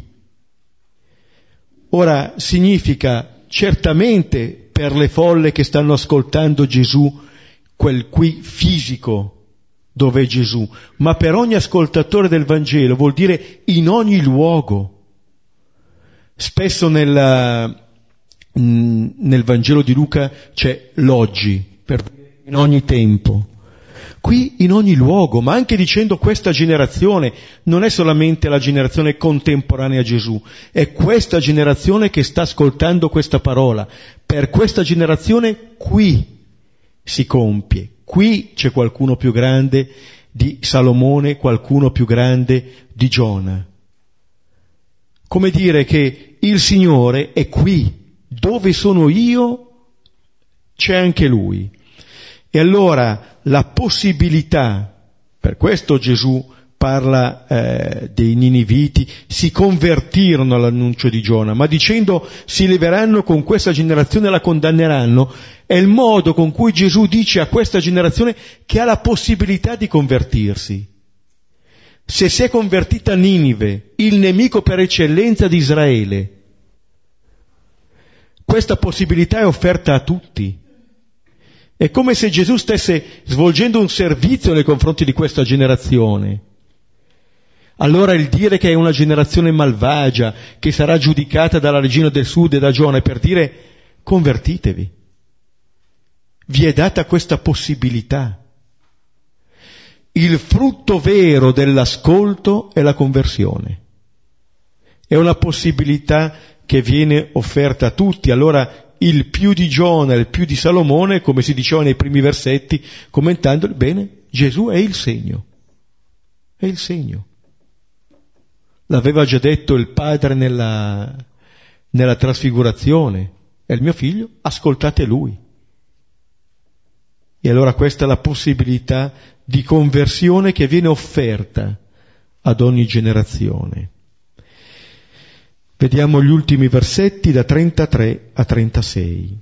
Ora significa certamente per le folle che stanno ascoltando Gesù, quel qui fisico dove è Gesù, ma per ogni ascoltatore del Vangelo vuol dire in ogni luogo. Spesso nel Vangelo di Luca c'è l'oggi, in ogni tempo. Qui in ogni luogo, ma anche dicendo questa generazione, non è solamente la generazione contemporanea a Gesù, è questa generazione che sta ascoltando questa parola. Per questa generazione qui si compie, qui c'è qualcuno più grande di Salomone, qualcuno più grande di Giona. Come dire che il Signore è qui, dove sono io c'è anche Lui. E allora la possibilità, per questo Gesù parla dei niniviti, si convertirono all'annuncio di Giona, ma dicendo si leveranno con questa generazione e la condanneranno, è il modo con cui Gesù dice a questa generazione che ha la possibilità di convertirsi. Se si è convertita Ninive, il nemico per eccellenza di Israele, questa possibilità è offerta a tutti. È come se Gesù stesse svolgendo un servizio nei confronti di questa generazione. Allora il dire che è una generazione malvagia, che sarà giudicata dalla regina del sud e da Giona, è per dire convertitevi. Vi è data questa possibilità. Il frutto vero dell'ascolto è la conversione. È una possibilità che viene offerta a tutti. Allora il più di Giona e il più di Salomone, come si diceva nei primi versetti, commentando, bene, Gesù è il segno. È il segno. L'aveva già detto il Padre nella trasfigurazione. È il mio figlio, ascoltate lui. E allora questa è la possibilità di conversione che viene offerta ad ogni generazione. Vediamo gli ultimi versetti da 33 a 36.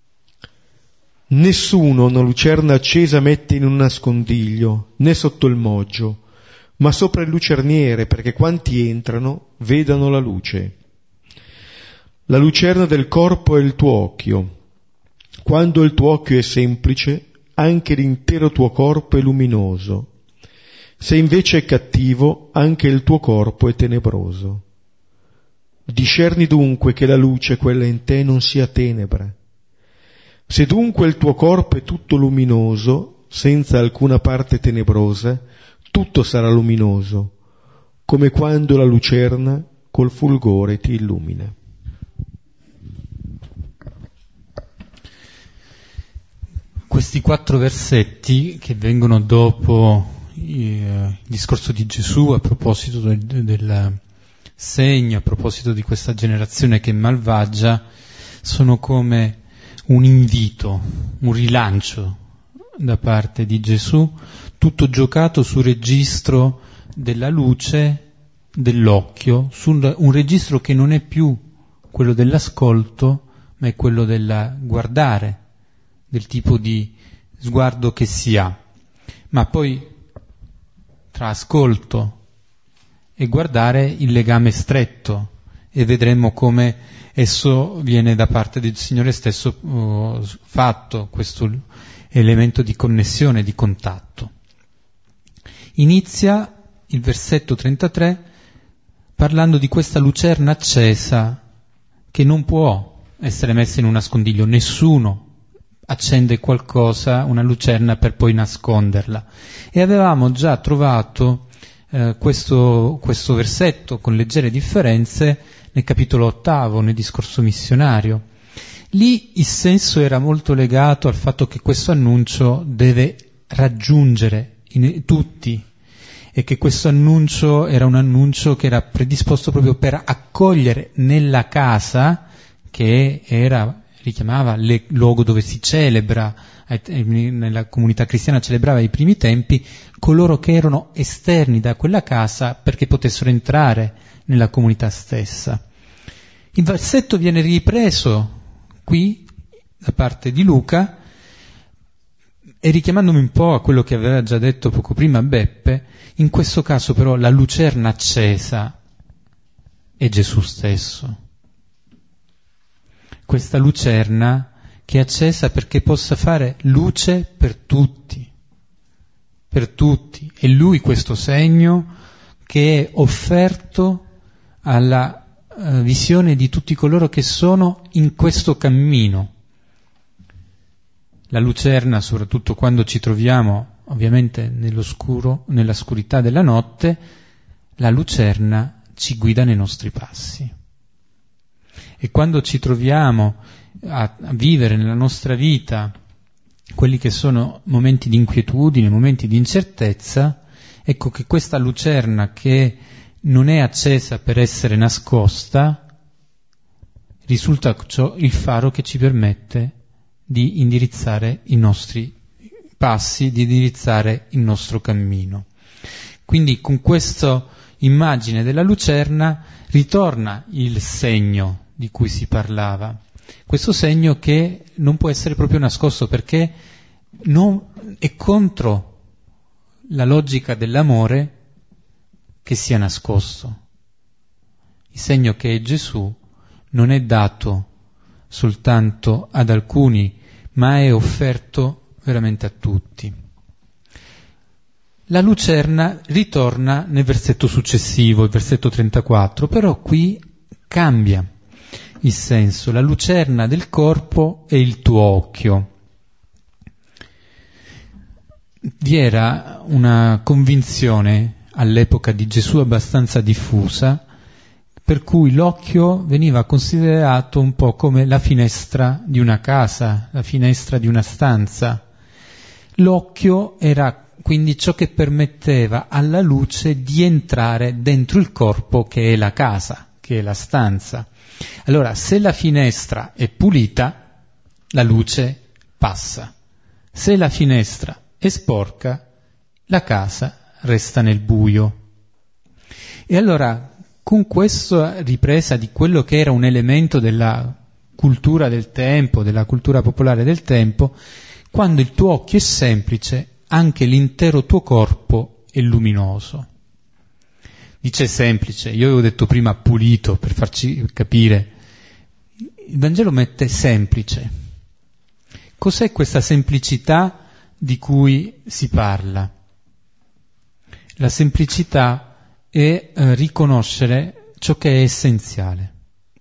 Nessuno una lucerna accesa mette in un nascondiglio, né sotto il moggio, ma sopra il lucerniere, perché quanti entrano vedano la luce. La lucerna del corpo è il tuo occhio. Quando il tuo occhio è semplice, anche l'intero tuo corpo è luminoso. Se invece è cattivo, anche il tuo corpo è tenebroso. Discerni dunque che la luce, quella in te, non sia tenebra. Se dunque il tuo corpo è tutto luminoso, senza alcuna parte tenebrosa, tutto sarà luminoso, come quando la lucerna col fulgore ti illumina. Questi 4 versetti che vengono dopo il discorso di Gesù a proposito del segno, a proposito di questa generazione che è malvagia, sono come un invito, un rilancio da parte di Gesù, tutto giocato sul registro della luce dell'occhio, su un registro che non è più quello dell'ascolto, ma è quello del guardare, del tipo di sguardo che si ha. Ma poi tra ascolto e guardare il legame stretto, e vedremo come esso viene da parte del Signore stesso fatto, questo elemento di connessione, di contatto. Inizia il versetto 33 parlando di questa lucerna accesa che non può essere messa in un nascondiglio. Nessuno accende qualcosa, una lucerna, per poi nasconderla. E avevamo già trovato questo versetto con leggere differenze nel capitolo 8, nel discorso missionario. Lì il senso era molto legato al fatto che questo annuncio deve raggiungere tutti, e che questo annuncio era un annuncio che era predisposto proprio per accogliere nella casa, che richiamava il luogo dove si celebra, nella comunità cristiana celebrava i primi tempi, coloro che erano esterni da quella casa perché potessero entrare nella comunità stessa. Il versetto viene ripreso qui da parte di Luca, e richiamandomi un po' a quello che aveva già detto poco prima Beppe, in questo caso però la lucerna accesa è Gesù stesso. Questa lucerna che è accesa perché possa fare luce per tutti. È Lui questo segno che è offerto alla visione di tutti coloro che sono in questo cammino. La lucerna, soprattutto quando ci troviamo ovviamente nell'oscuro, nella oscurità della notte, la lucerna ci guida nei nostri passi. E quando ci troviamo a vivere nella nostra vita quelli che sono momenti di inquietudine, momenti di incertezza, ecco che questa lucerna, che non è accesa per essere nascosta, risulta il faro che ci permette di indirizzare i nostri passi, di indirizzare il nostro cammino. Quindi con questa immagine della lucerna ritorna il segno di cui si parlava, questo segno che non può essere proprio nascosto, perché è contro la logica dell'amore che sia nascosto. Il segno che è Gesù non è dato soltanto ad alcuni, ma è offerto veramente a tutti. La lucerna ritorna nel versetto successivo, il versetto 34, però qui cambia il senso. La lucerna del corpo è il tuo occhio. Vi era una convinzione all'epoca di Gesù abbastanza diffusa, per cui l'occhio veniva considerato un po' come la finestra di una casa, la finestra di una stanza. L'occhio era quindi ciò che permetteva alla luce di entrare dentro il corpo, che è la casa, che è la stanza. Allora, se la finestra è pulita, la luce passa. Se la finestra è sporca, la casa resta nel buio. E allora, con questa ripresa di quello che era un elemento della cultura del tempo, della cultura popolare del tempo, quando il tuo occhio è semplice, anche l'intero tuo corpo è luminoso. Dice semplice, io avevo detto prima pulito, per farci capire. Il Vangelo mette semplice. Cos'è questa semplicità di cui si parla? La semplicità è riconoscere ciò che è essenziale,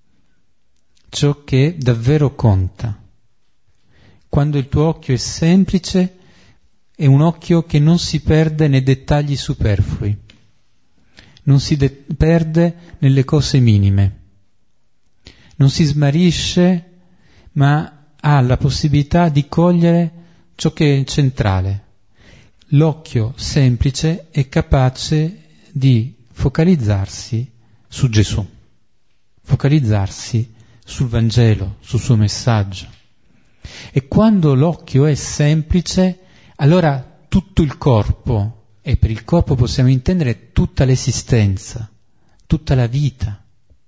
ciò che davvero conta. Quando il tuo occhio è semplice, è un occhio che non si perde nei dettagli superflui, non si perde nelle cose minime, non si smarrisce, ma ha la possibilità di cogliere ciò che è centrale. L'occhio semplice è capace di focalizzarsi su Gesù, focalizzarsi sul Vangelo, sul suo messaggio. E quando l'occhio è semplice, allora tutto il corpo, e per il corpo possiamo intendere tutta l'esistenza, tutta la vita,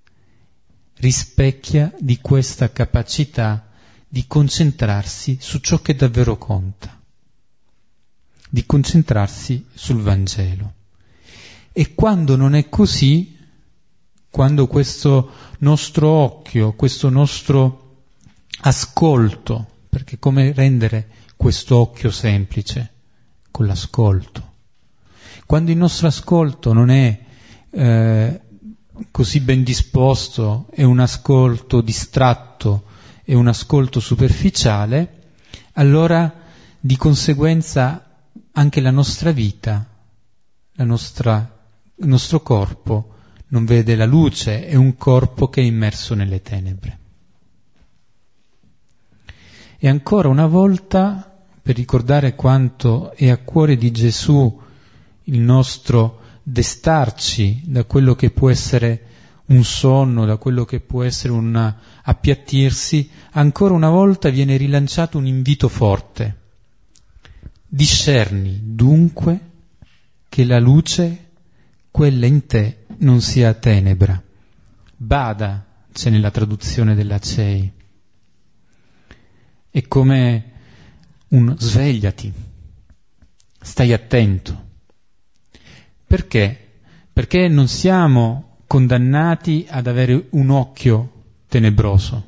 rispecchia di questa capacità di concentrarsi su ciò che davvero conta, di concentrarsi sul Vangelo. E quando non è così, quando questo nostro occhio, questo nostro ascolto, perché come rendere questo occhio semplice? Con l'ascolto. Quando il nostro ascolto non è così ben disposto, è un ascolto distratto, è un ascolto superficiale, allora di conseguenza anche la nostra vita, il nostro corpo non vede la luce, è un corpo che è immerso nelle tenebre. E ancora una volta, per ricordare quanto è a cuore di Gesù il nostro destarci da quello che può essere un sonno, da quello che può essere un appiattirsi, ancora una volta viene rilanciato un invito forte. Discerni dunque che la luce, quella in te, non sia tenebra. Bada, c'è nella traduzione della CEI. È come un svegliati, stai attento. Perché? Perché non siamo condannati ad avere un occhio tenebroso,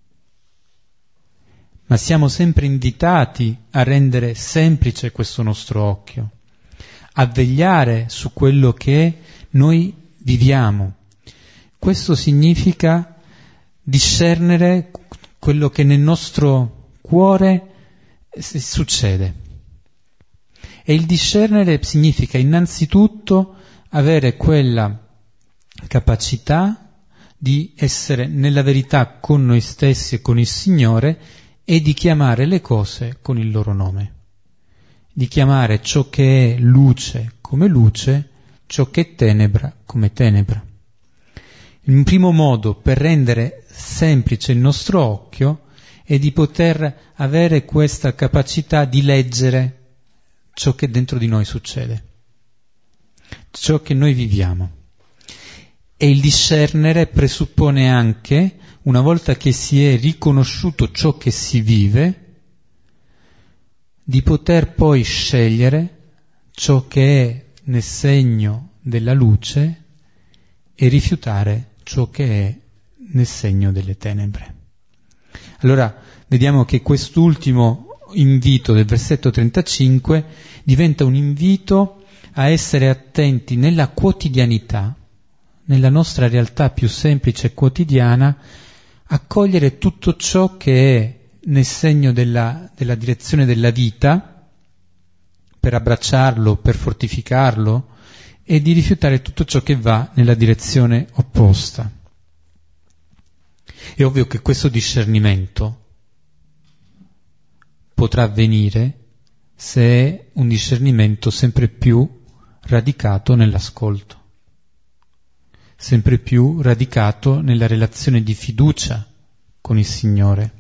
ma siamo sempre invitati a rendere semplice questo nostro occhio, a vegliare su quello che noi viviamo. Questo significa discernere quello che nel nostro cuore succede. E il discernere significa innanzitutto avere quella capacità di essere nella verità con noi stessi e con il Signore e di chiamare le cose con il loro nome, di chiamare ciò che è luce come luce, ciò che è tenebra come tenebra. Il primo modo per rendere semplice il nostro occhio è di poter avere questa capacità di leggere ciò che dentro di noi succede, ciò che noi viviamo. E il discernere presuppone anche, una volta che si è riconosciuto ciò che si vive, di poter poi scegliere ciò che è nel segno della luce e rifiutare ciò che è nel segno delle tenebre. Allora vediamo che quest'ultimo invito del versetto 35 diventa un invito a essere attenti nella quotidianità, nella nostra realtà più semplice e quotidiana, a cogliere tutto ciò che è nel segno della direzione della vita, per abbracciarlo, per fortificarlo, e di rifiutare tutto ciò che va nella direzione opposta. È ovvio che questo discernimento potrà avvenire se è un discernimento sempre più radicato nell'ascolto, sempre più radicato nella relazione di fiducia con il Signore,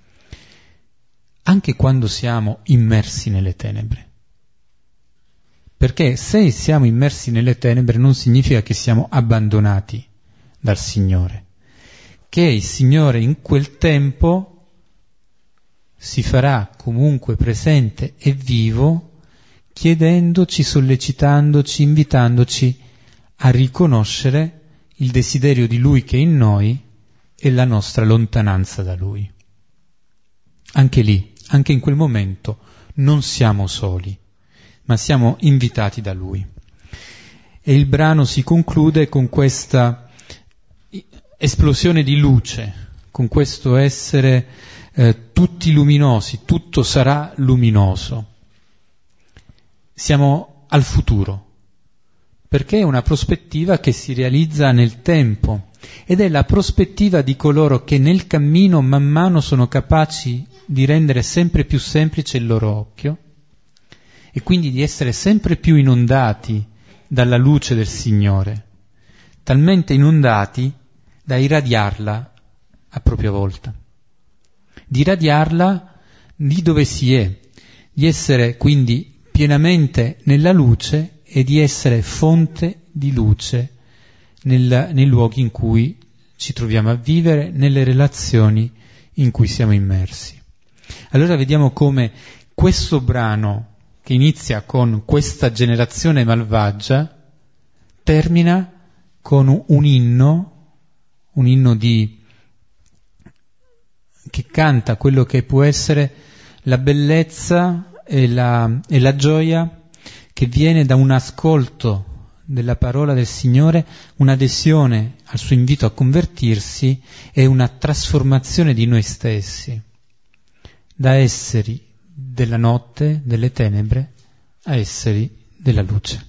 anche quando siamo immersi nelle tenebre. Perché se siamo immersi nelle tenebre non significa che siamo abbandonati dal Signore, che il Signore in quel tempo si farà comunque presente e vivo, chiedendoci, sollecitandoci, invitandoci a riconoscere il desiderio di Lui che è in noi e la nostra lontananza da Lui. Anche lì, anche in quel momento, non siamo soli, ma siamo invitati da Lui. E il brano si conclude con questa esplosione di luce, con questo essere tutti luminosi, tutto sarà luminoso. Siamo al futuro, perché è una prospettiva che si realizza nel tempo ed è la prospettiva di coloro che nel cammino man mano sono capaci di rendere sempre più semplice il loro occhio e quindi di essere sempre più inondati dalla luce del Signore, talmente inondati da irradiarla a propria volta, di irradiarla lì dove si è, di essere quindi pienamente nella luce e di essere fonte di luce nei luoghi in cui ci troviamo a vivere, nelle relazioni in cui siamo immersi. Allora vediamo come questo brano, che inizia con questa generazione malvagia, termina con un inno che canta quello che può essere la bellezza e la gioia che viene da un ascolto della parola del Signore, un'adesione al suo invito a convertirsi e una trasformazione di noi stessi, da esseri della notte, delle tenebre, a esseri della luce.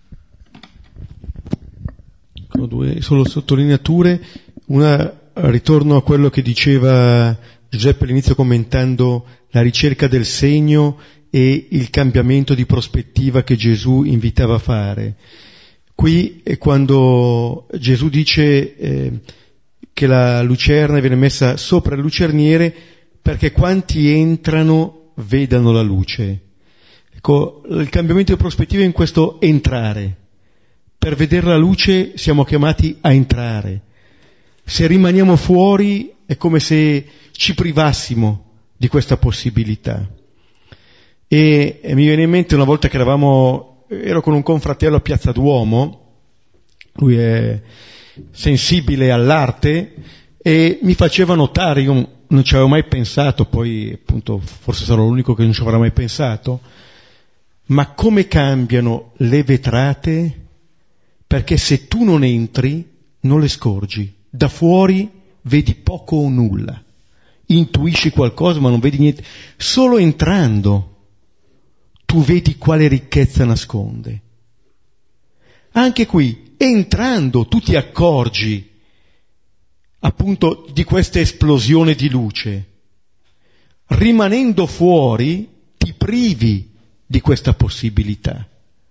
Due solo sottolineature. Una, ritorno a quello che diceva Giuseppe all'inizio commentando la ricerca del segno e il cambiamento di prospettiva che Gesù invitava a fare. Qui è quando Gesù dice che la lucerna viene messa sopra il lucerniere perché quanti entrano vedano la luce. Ecco, il cambiamento di prospettiva è in questo entrare. Per vedere la luce siamo chiamati a entrare. Se rimaniamo fuori è come se ci privassimo di questa possibilità. E mi viene in mente una volta che ero con un confratello a Piazza Duomo, lui è sensibile all'arte e mi faceva notare, io non ci avevo mai pensato, poi appunto forse sarò l'unico che non ci avrà mai pensato, ma come cambiano le vetrate, perché se tu non entri non le scorgi, da fuori vedi poco o nulla, intuisci qualcosa ma non vedi niente, solo entrando tu vedi quale ricchezza nasconde. Anche qui, entrando, tu ti accorgi appunto di questa esplosione di luce. Rimanendo fuori, ti privi di questa possibilità.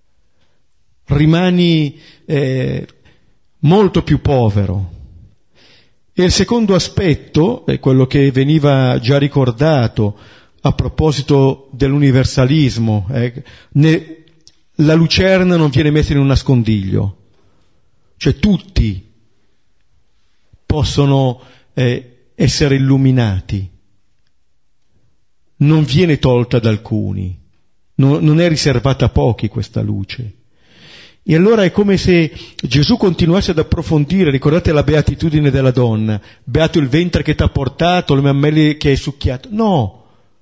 Rimani molto più povero. E il secondo aspetto, è quello che veniva già ricordato, a proposito dell'universalismo, la lucerna non viene messa in un nascondiglio, cioè tutti possono essere illuminati, non viene tolta ad alcuni, non è riservata a pochi questa luce. E allora è come se Gesù continuasse ad approfondire, ricordate la beatitudine della donna, beato il ventre che t'ha portato, le mammelle che hai succhiato, no!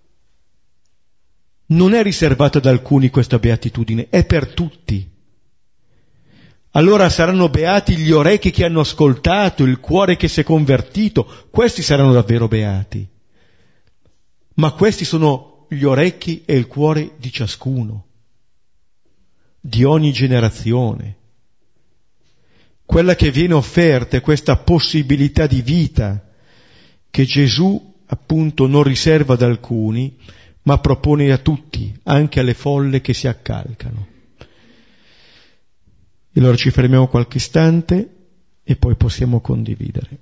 Non è riservata ad alcuni questa beatitudine, è per tutti. Allora saranno beati gli orecchi che hanno ascoltato, il cuore che si è convertito, questi saranno davvero beati. Ma questi sono gli orecchi e il cuore di ciascuno, di ogni generazione. Quella che viene offerta è questa possibilità di vita che Gesù appunto non riserva ad alcuni, ma propone a tutti, anche alle folle che si accalcano. E allora ci fermiamo qualche istante e poi possiamo condividere.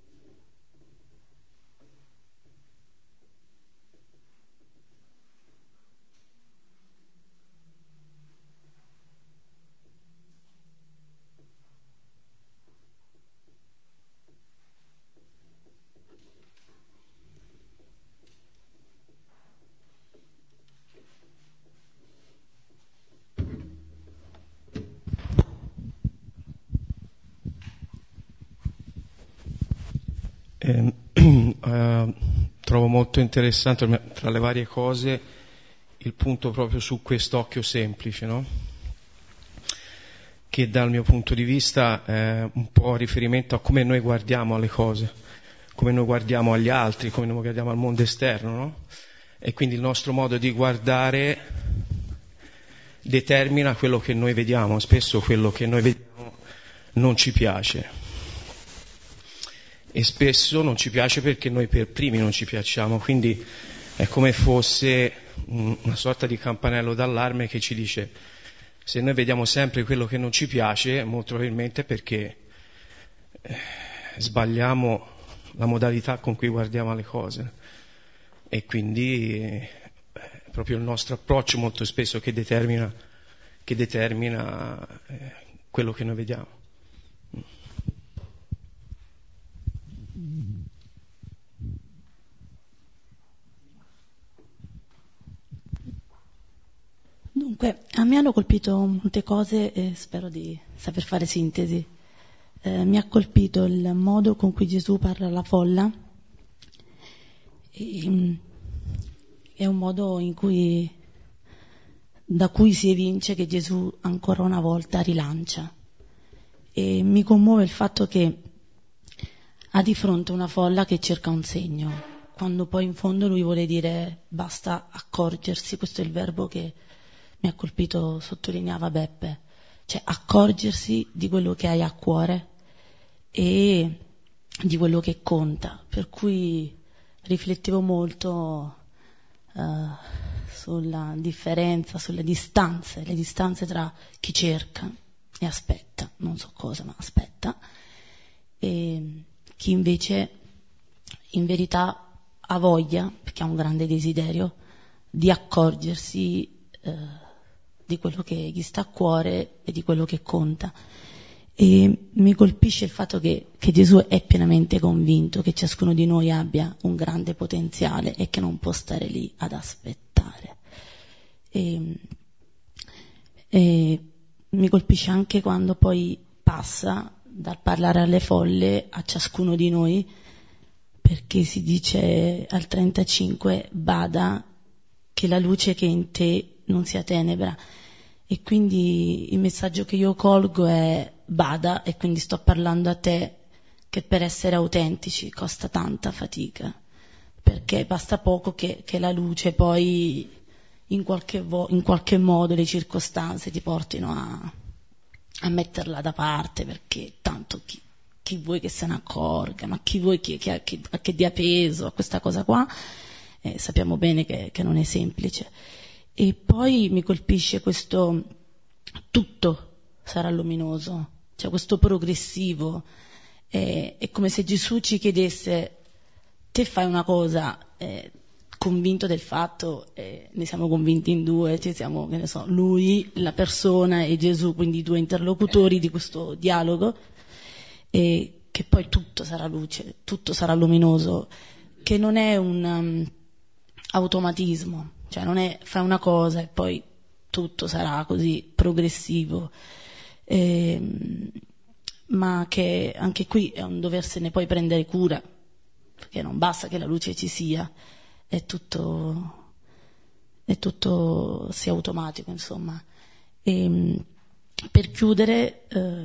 Trovo molto interessante tra le varie cose il punto proprio su quest'occhio semplice, no? Che dal mio punto di vista è un po' riferimento a come noi guardiamo alle cose, come noi guardiamo agli altri, come noi guardiamo al mondo esterno, no? E quindi il nostro modo di guardare determina quello che noi vediamo. Spesso quello che noi vediamo non ci piace. E spesso non ci piace perché noi per primi non ci piacciamo, quindi è come fosse una sorta di campanello d'allarme che ci dice: se noi vediamo sempre quello che non ci piace, molto probabilmente perché sbagliamo la modalità con cui guardiamo le cose, e quindi è proprio il nostro approccio molto spesso che determina quello che noi vediamo. Dunque, a me hanno colpito molte cose e spero di saper fare sintesi. Mi ha colpito il modo con cui Gesù parla alla folla, il è un modo da cui si evince che Gesù ancora una volta rilancia. E mi commuove il fatto che ha di fronte una folla che cerca un segno, quando poi in fondo lui vuole dire basta accorgersi. Questo è il verbo che mi ha colpito, sottolineava Beppe, cioè accorgersi di quello che hai a cuore e di quello che conta. Per cui riflettevo molto sulla differenza, sulle distanze, le distanze tra chi cerca e aspetta, non so cosa, ma aspetta, e chi invece in verità ha voglia, perché ha un grande desiderio, di accorgersi di quello che gli sta a cuore e di quello che conta. E mi colpisce il fatto che Gesù è pienamente convinto che ciascuno di noi abbia un grande potenziale e che non può stare lì ad aspettare. E mi colpisce anche quando poi passa dal parlare alle folle a ciascuno di noi, perché si dice al 35: bada che la luce che è in te non sia tenebra. E quindi il messaggio che io colgo è: bada, e quindi sto parlando a te, che per essere autentici costa tanta fatica, perché basta poco che la luce poi in qualche modo le circostanze ti portino a metterla da parte, perché tanto chi vuoi che se ne accorga, ma chi vuoi che dia peso a questa cosa qua? Sappiamo bene che non è semplice. E poi mi colpisce questo tutto sarà luminoso, cioè questo progressivo. È come se Gesù ci chiedesse: te fai una cosa, convinto del fatto, ne siamo convinti in due, ci siamo, che ne so, lui, la persona, e Gesù, quindi i due interlocutori di questo dialogo, e che poi tutto sarà luce, tutto sarà luminoso, che non è un automatismo, cioè non è fai una cosa e poi tutto sarà così progressivo, ma che anche qui è un doversene poi prendere cura, perché non basta che la luce ci sia, è tutto sia automatico, insomma. E, per chiudere,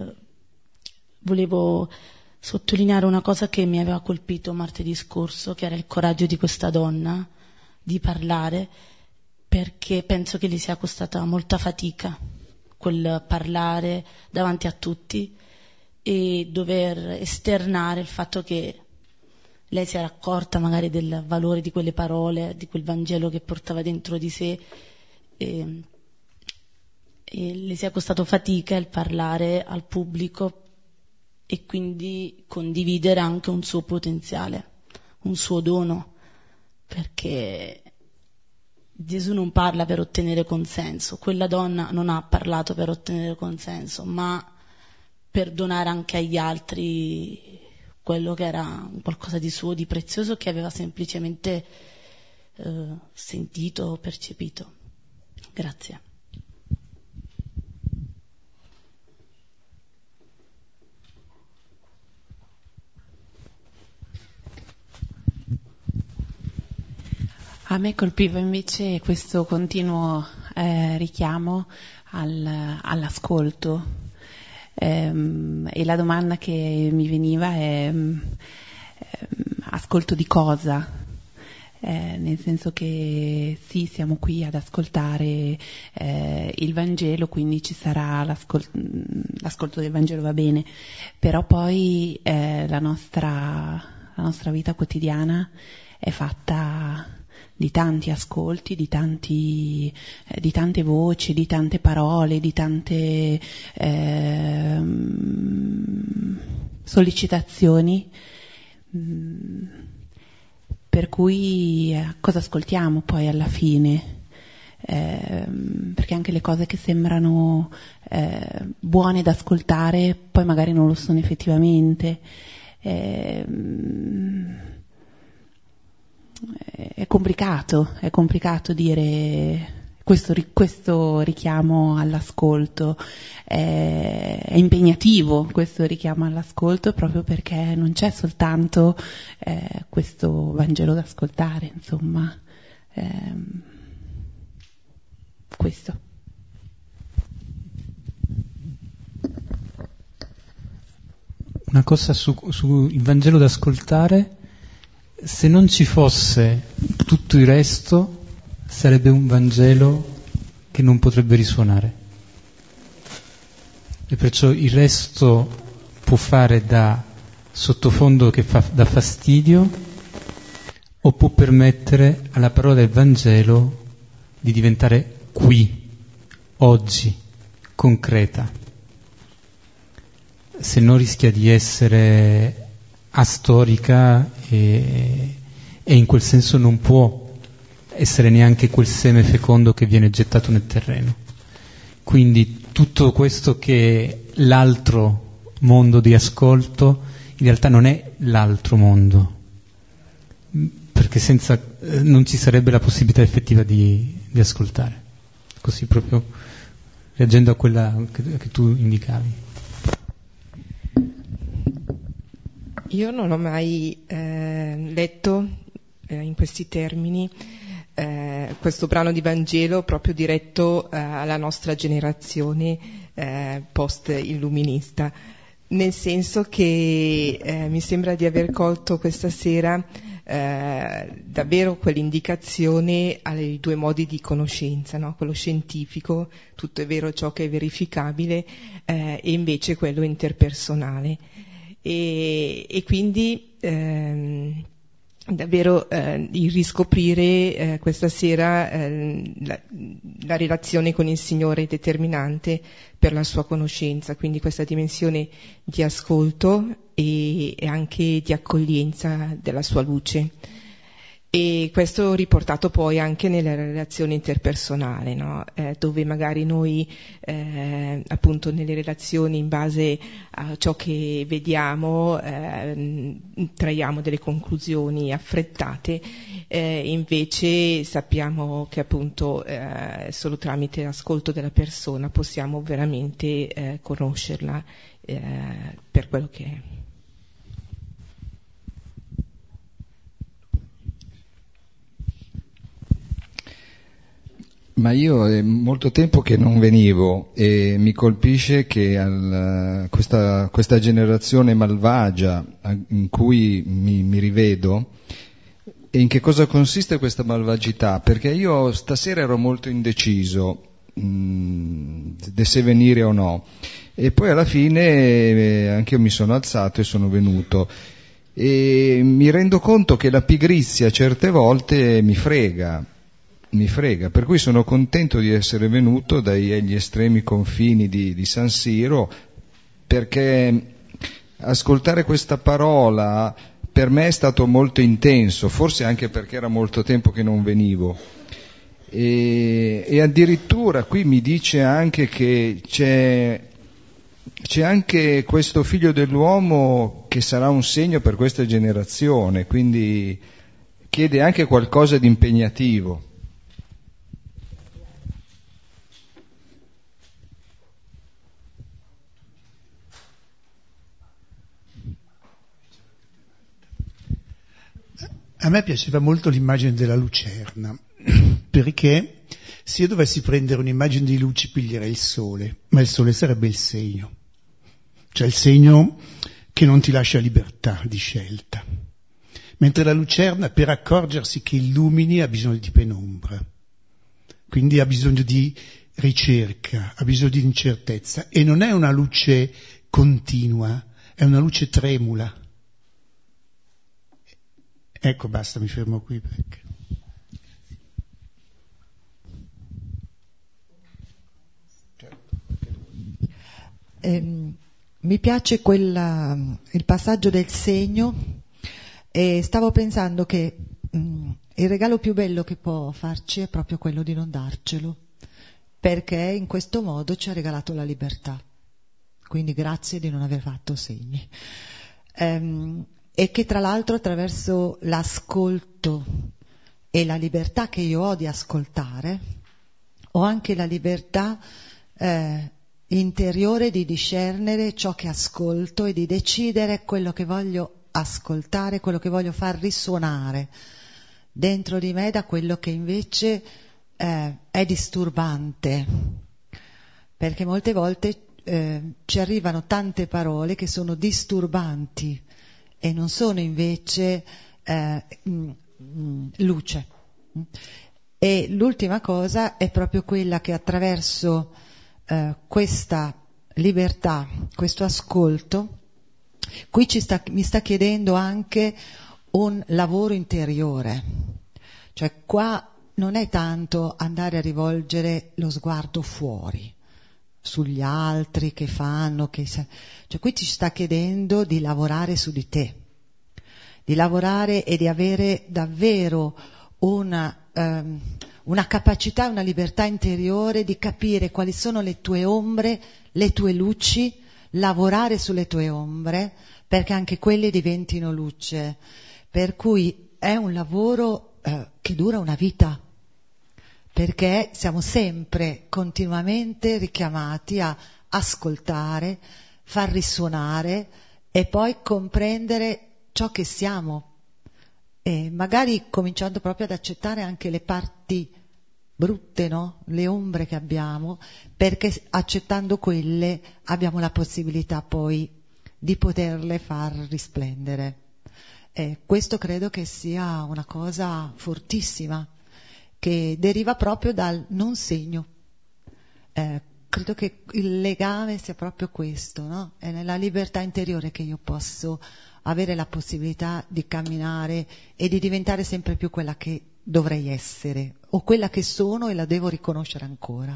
volevo sottolineare una cosa che mi aveva colpito martedì scorso, che era il coraggio di questa donna di parlare, perché penso che gli sia costata molta fatica quel parlare davanti a tutti e dover esternare il fatto che lei si era accorta magari del valore di quelle parole, di quel Vangelo che portava dentro di sé, e le sia costato fatica il parlare al pubblico e quindi condividere anche un suo potenziale, un suo dono, perché Gesù non parla per ottenere consenso, quella donna non ha parlato per ottenere consenso, ma per donare anche agli altri quello che era qualcosa di suo, di prezioso, che aveva semplicemente sentito o percepito. Grazie. A me colpiva invece questo continuo richiamo all'ascolto, e la domanda che mi veniva è ascolto di cosa? Nel senso che sì, siamo qui ad ascoltare il Vangelo, quindi ci sarà l'ascolto del Vangelo, va bene, però poi la nostra vita quotidiana è fatta di tanti ascolti, di tante voci, di tante parole, di tante sollecitazioni, per cui cosa ascoltiamo poi alla fine? Perché anche le cose che sembrano buone da ascoltare poi magari non lo sono effettivamente. È complicato dire questo richiamo all'ascolto, è impegnativo questo richiamo all'ascolto, proprio perché non c'è soltanto questo Vangelo da ascoltare, insomma, Questo. Una cosa su il Vangelo da ascoltare: se non ci fosse tutto il resto, sarebbe un Vangelo che non potrebbe risuonare. E perciò il resto può fare da sottofondo che fa da fastidio, o può permettere alla parola del Vangelo di diventare qui, oggi, concreta. Se no rischia di essere astorica e in quel senso non può essere neanche quel seme fecondo che viene gettato nel terreno. Quindi tutto questo che è l'altro mondo di ascolto in realtà non è l'altro mondo, perché senza non ci sarebbe la possibilità effettiva di ascoltare. Così, proprio reagendo a quella che tu indicavi. Io non ho mai letto in questi termini questo brano di Vangelo proprio diretto alla nostra generazione post-illuminista, nel senso che mi sembra di aver colto questa sera davvero quell'indicazione ai due modi di conoscenza, no? Quello scientifico, tutto è vero ciò che è verificabile, e invece quello interpersonale. E quindi davvero il riscoprire questa sera la relazione con il Signore determinante per la sua conoscenza, quindi questa dimensione di ascolto e anche di accoglienza della sua luce. E questo riportato poi anche nella relazione interpersonale, no? Dove magari noi appunto nelle relazioni, in base a ciò che vediamo, traiamo delle conclusioni affrettate, invece sappiamo che appunto solo tramite l'ascolto della persona possiamo veramente conoscerla per quello che è. Ma io è molto tempo che non venivo e mi colpisce che questa generazione malvagia in cui mi rivedo, e in che cosa consiste questa malvagità? Perché io stasera ero molto indeciso se venire o no, e poi alla fine anche io mi sono alzato e sono venuto, e mi rendo conto che la pigrizia certe volte mi frega, per cui sono contento di essere venuto dagli estremi confini di San Siro, perché ascoltare questa parola per me è stato molto intenso, forse anche perché era molto tempo che non venivo, e addirittura qui mi dice anche che c'è anche questo figlio dell'uomo che sarà un segno per questa generazione, quindi chiede anche qualcosa di impegnativo. A me piaceva molto l'immagine della lucerna, perché se io dovessi prendere un'immagine di luce piglierei il sole, ma il sole sarebbe il segno, cioè il segno che non ti lascia libertà di scelta, mentre la lucerna, per accorgersi che illumini, ha bisogno di penombra, quindi ha bisogno di ricerca, ha bisogno di incertezza, e non è una luce continua, è una luce tremula. Ecco, basta, mi fermo qui perché... Mi piace il passaggio del segno, e stavo pensando che il regalo più bello che può farci è proprio quello di non darcelo, perché in questo modo ci ha regalato la libertà. Quindi grazie di non aver fatto segni. E che tra l'altro attraverso l'ascolto e la libertà che io ho di ascoltare, ho anche la libertà interiore di discernere ciò che ascolto e di decidere quello che voglio ascoltare, quello che voglio far risuonare dentro di me da quello che invece è disturbante, perché molte volte ci arrivano tante parole che sono disturbanti e non sono invece luce. E l'ultima cosa è proprio quella che attraverso questa libertà, questo ascolto, qui mi sta chiedendo anche un lavoro interiore, cioè qua non è tanto andare a rivolgere lo sguardo fuori, sugli altri che fanno, cioè qui ci sta chiedendo di lavorare su di te, di lavorare e di avere davvero una capacità, una libertà interiore di capire quali sono le tue ombre, le tue luci, lavorare sulle tue ombre perché anche quelle diventino luce. Per cui è un lavoro che dura una vita, perché siamo sempre continuamente richiamati a ascoltare, far risuonare e poi comprendere ciò che siamo, e magari cominciando proprio ad accettare anche le parti brutte, no? Le ombre che abbiamo, perché accettando quelle abbiamo la possibilità poi di poterle far risplendere. Questo credo che sia una cosa fortissima, che deriva proprio dal non segno. Credo che il legame sia proprio questo, no? È nella libertà interiore che io posso avere la possibilità di camminare e di diventare sempre più quella che dovrei essere, o quella che sono e la devo riconoscere ancora.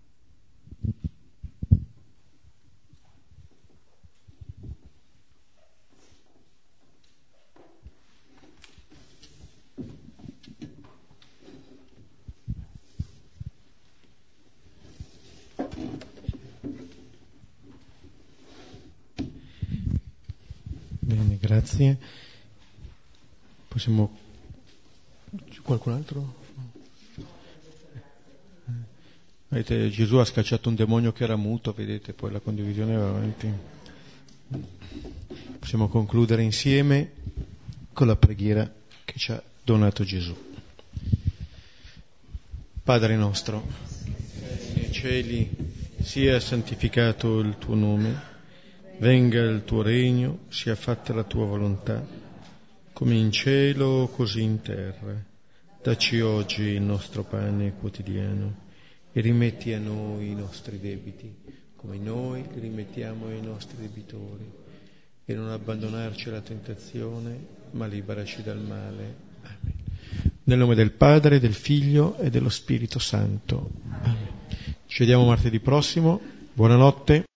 Bene, grazie. Possiamo... C'è qualcun altro? Gesù ha scacciato un demonio che era muto, vedete, poi la condivisione va avanti. Possiamo concludere insieme con la preghiera che ci ha donato Gesù. Padre nostro, nei cieli sia santificato il tuo nome, venga il tuo regno, sia fatta la tua volontà, come in cielo così in terra. Dacci oggi il nostro pane quotidiano e rimetti a noi i nostri debiti, come noi rimettiamo ai nostri debitori, e non abbandonarci alla tentazione, ma liberaci dal male. Amen. Nel nome del Padre, del Figlio e dello Spirito Santo. Amen. Ci vediamo martedì prossimo. Buonanotte.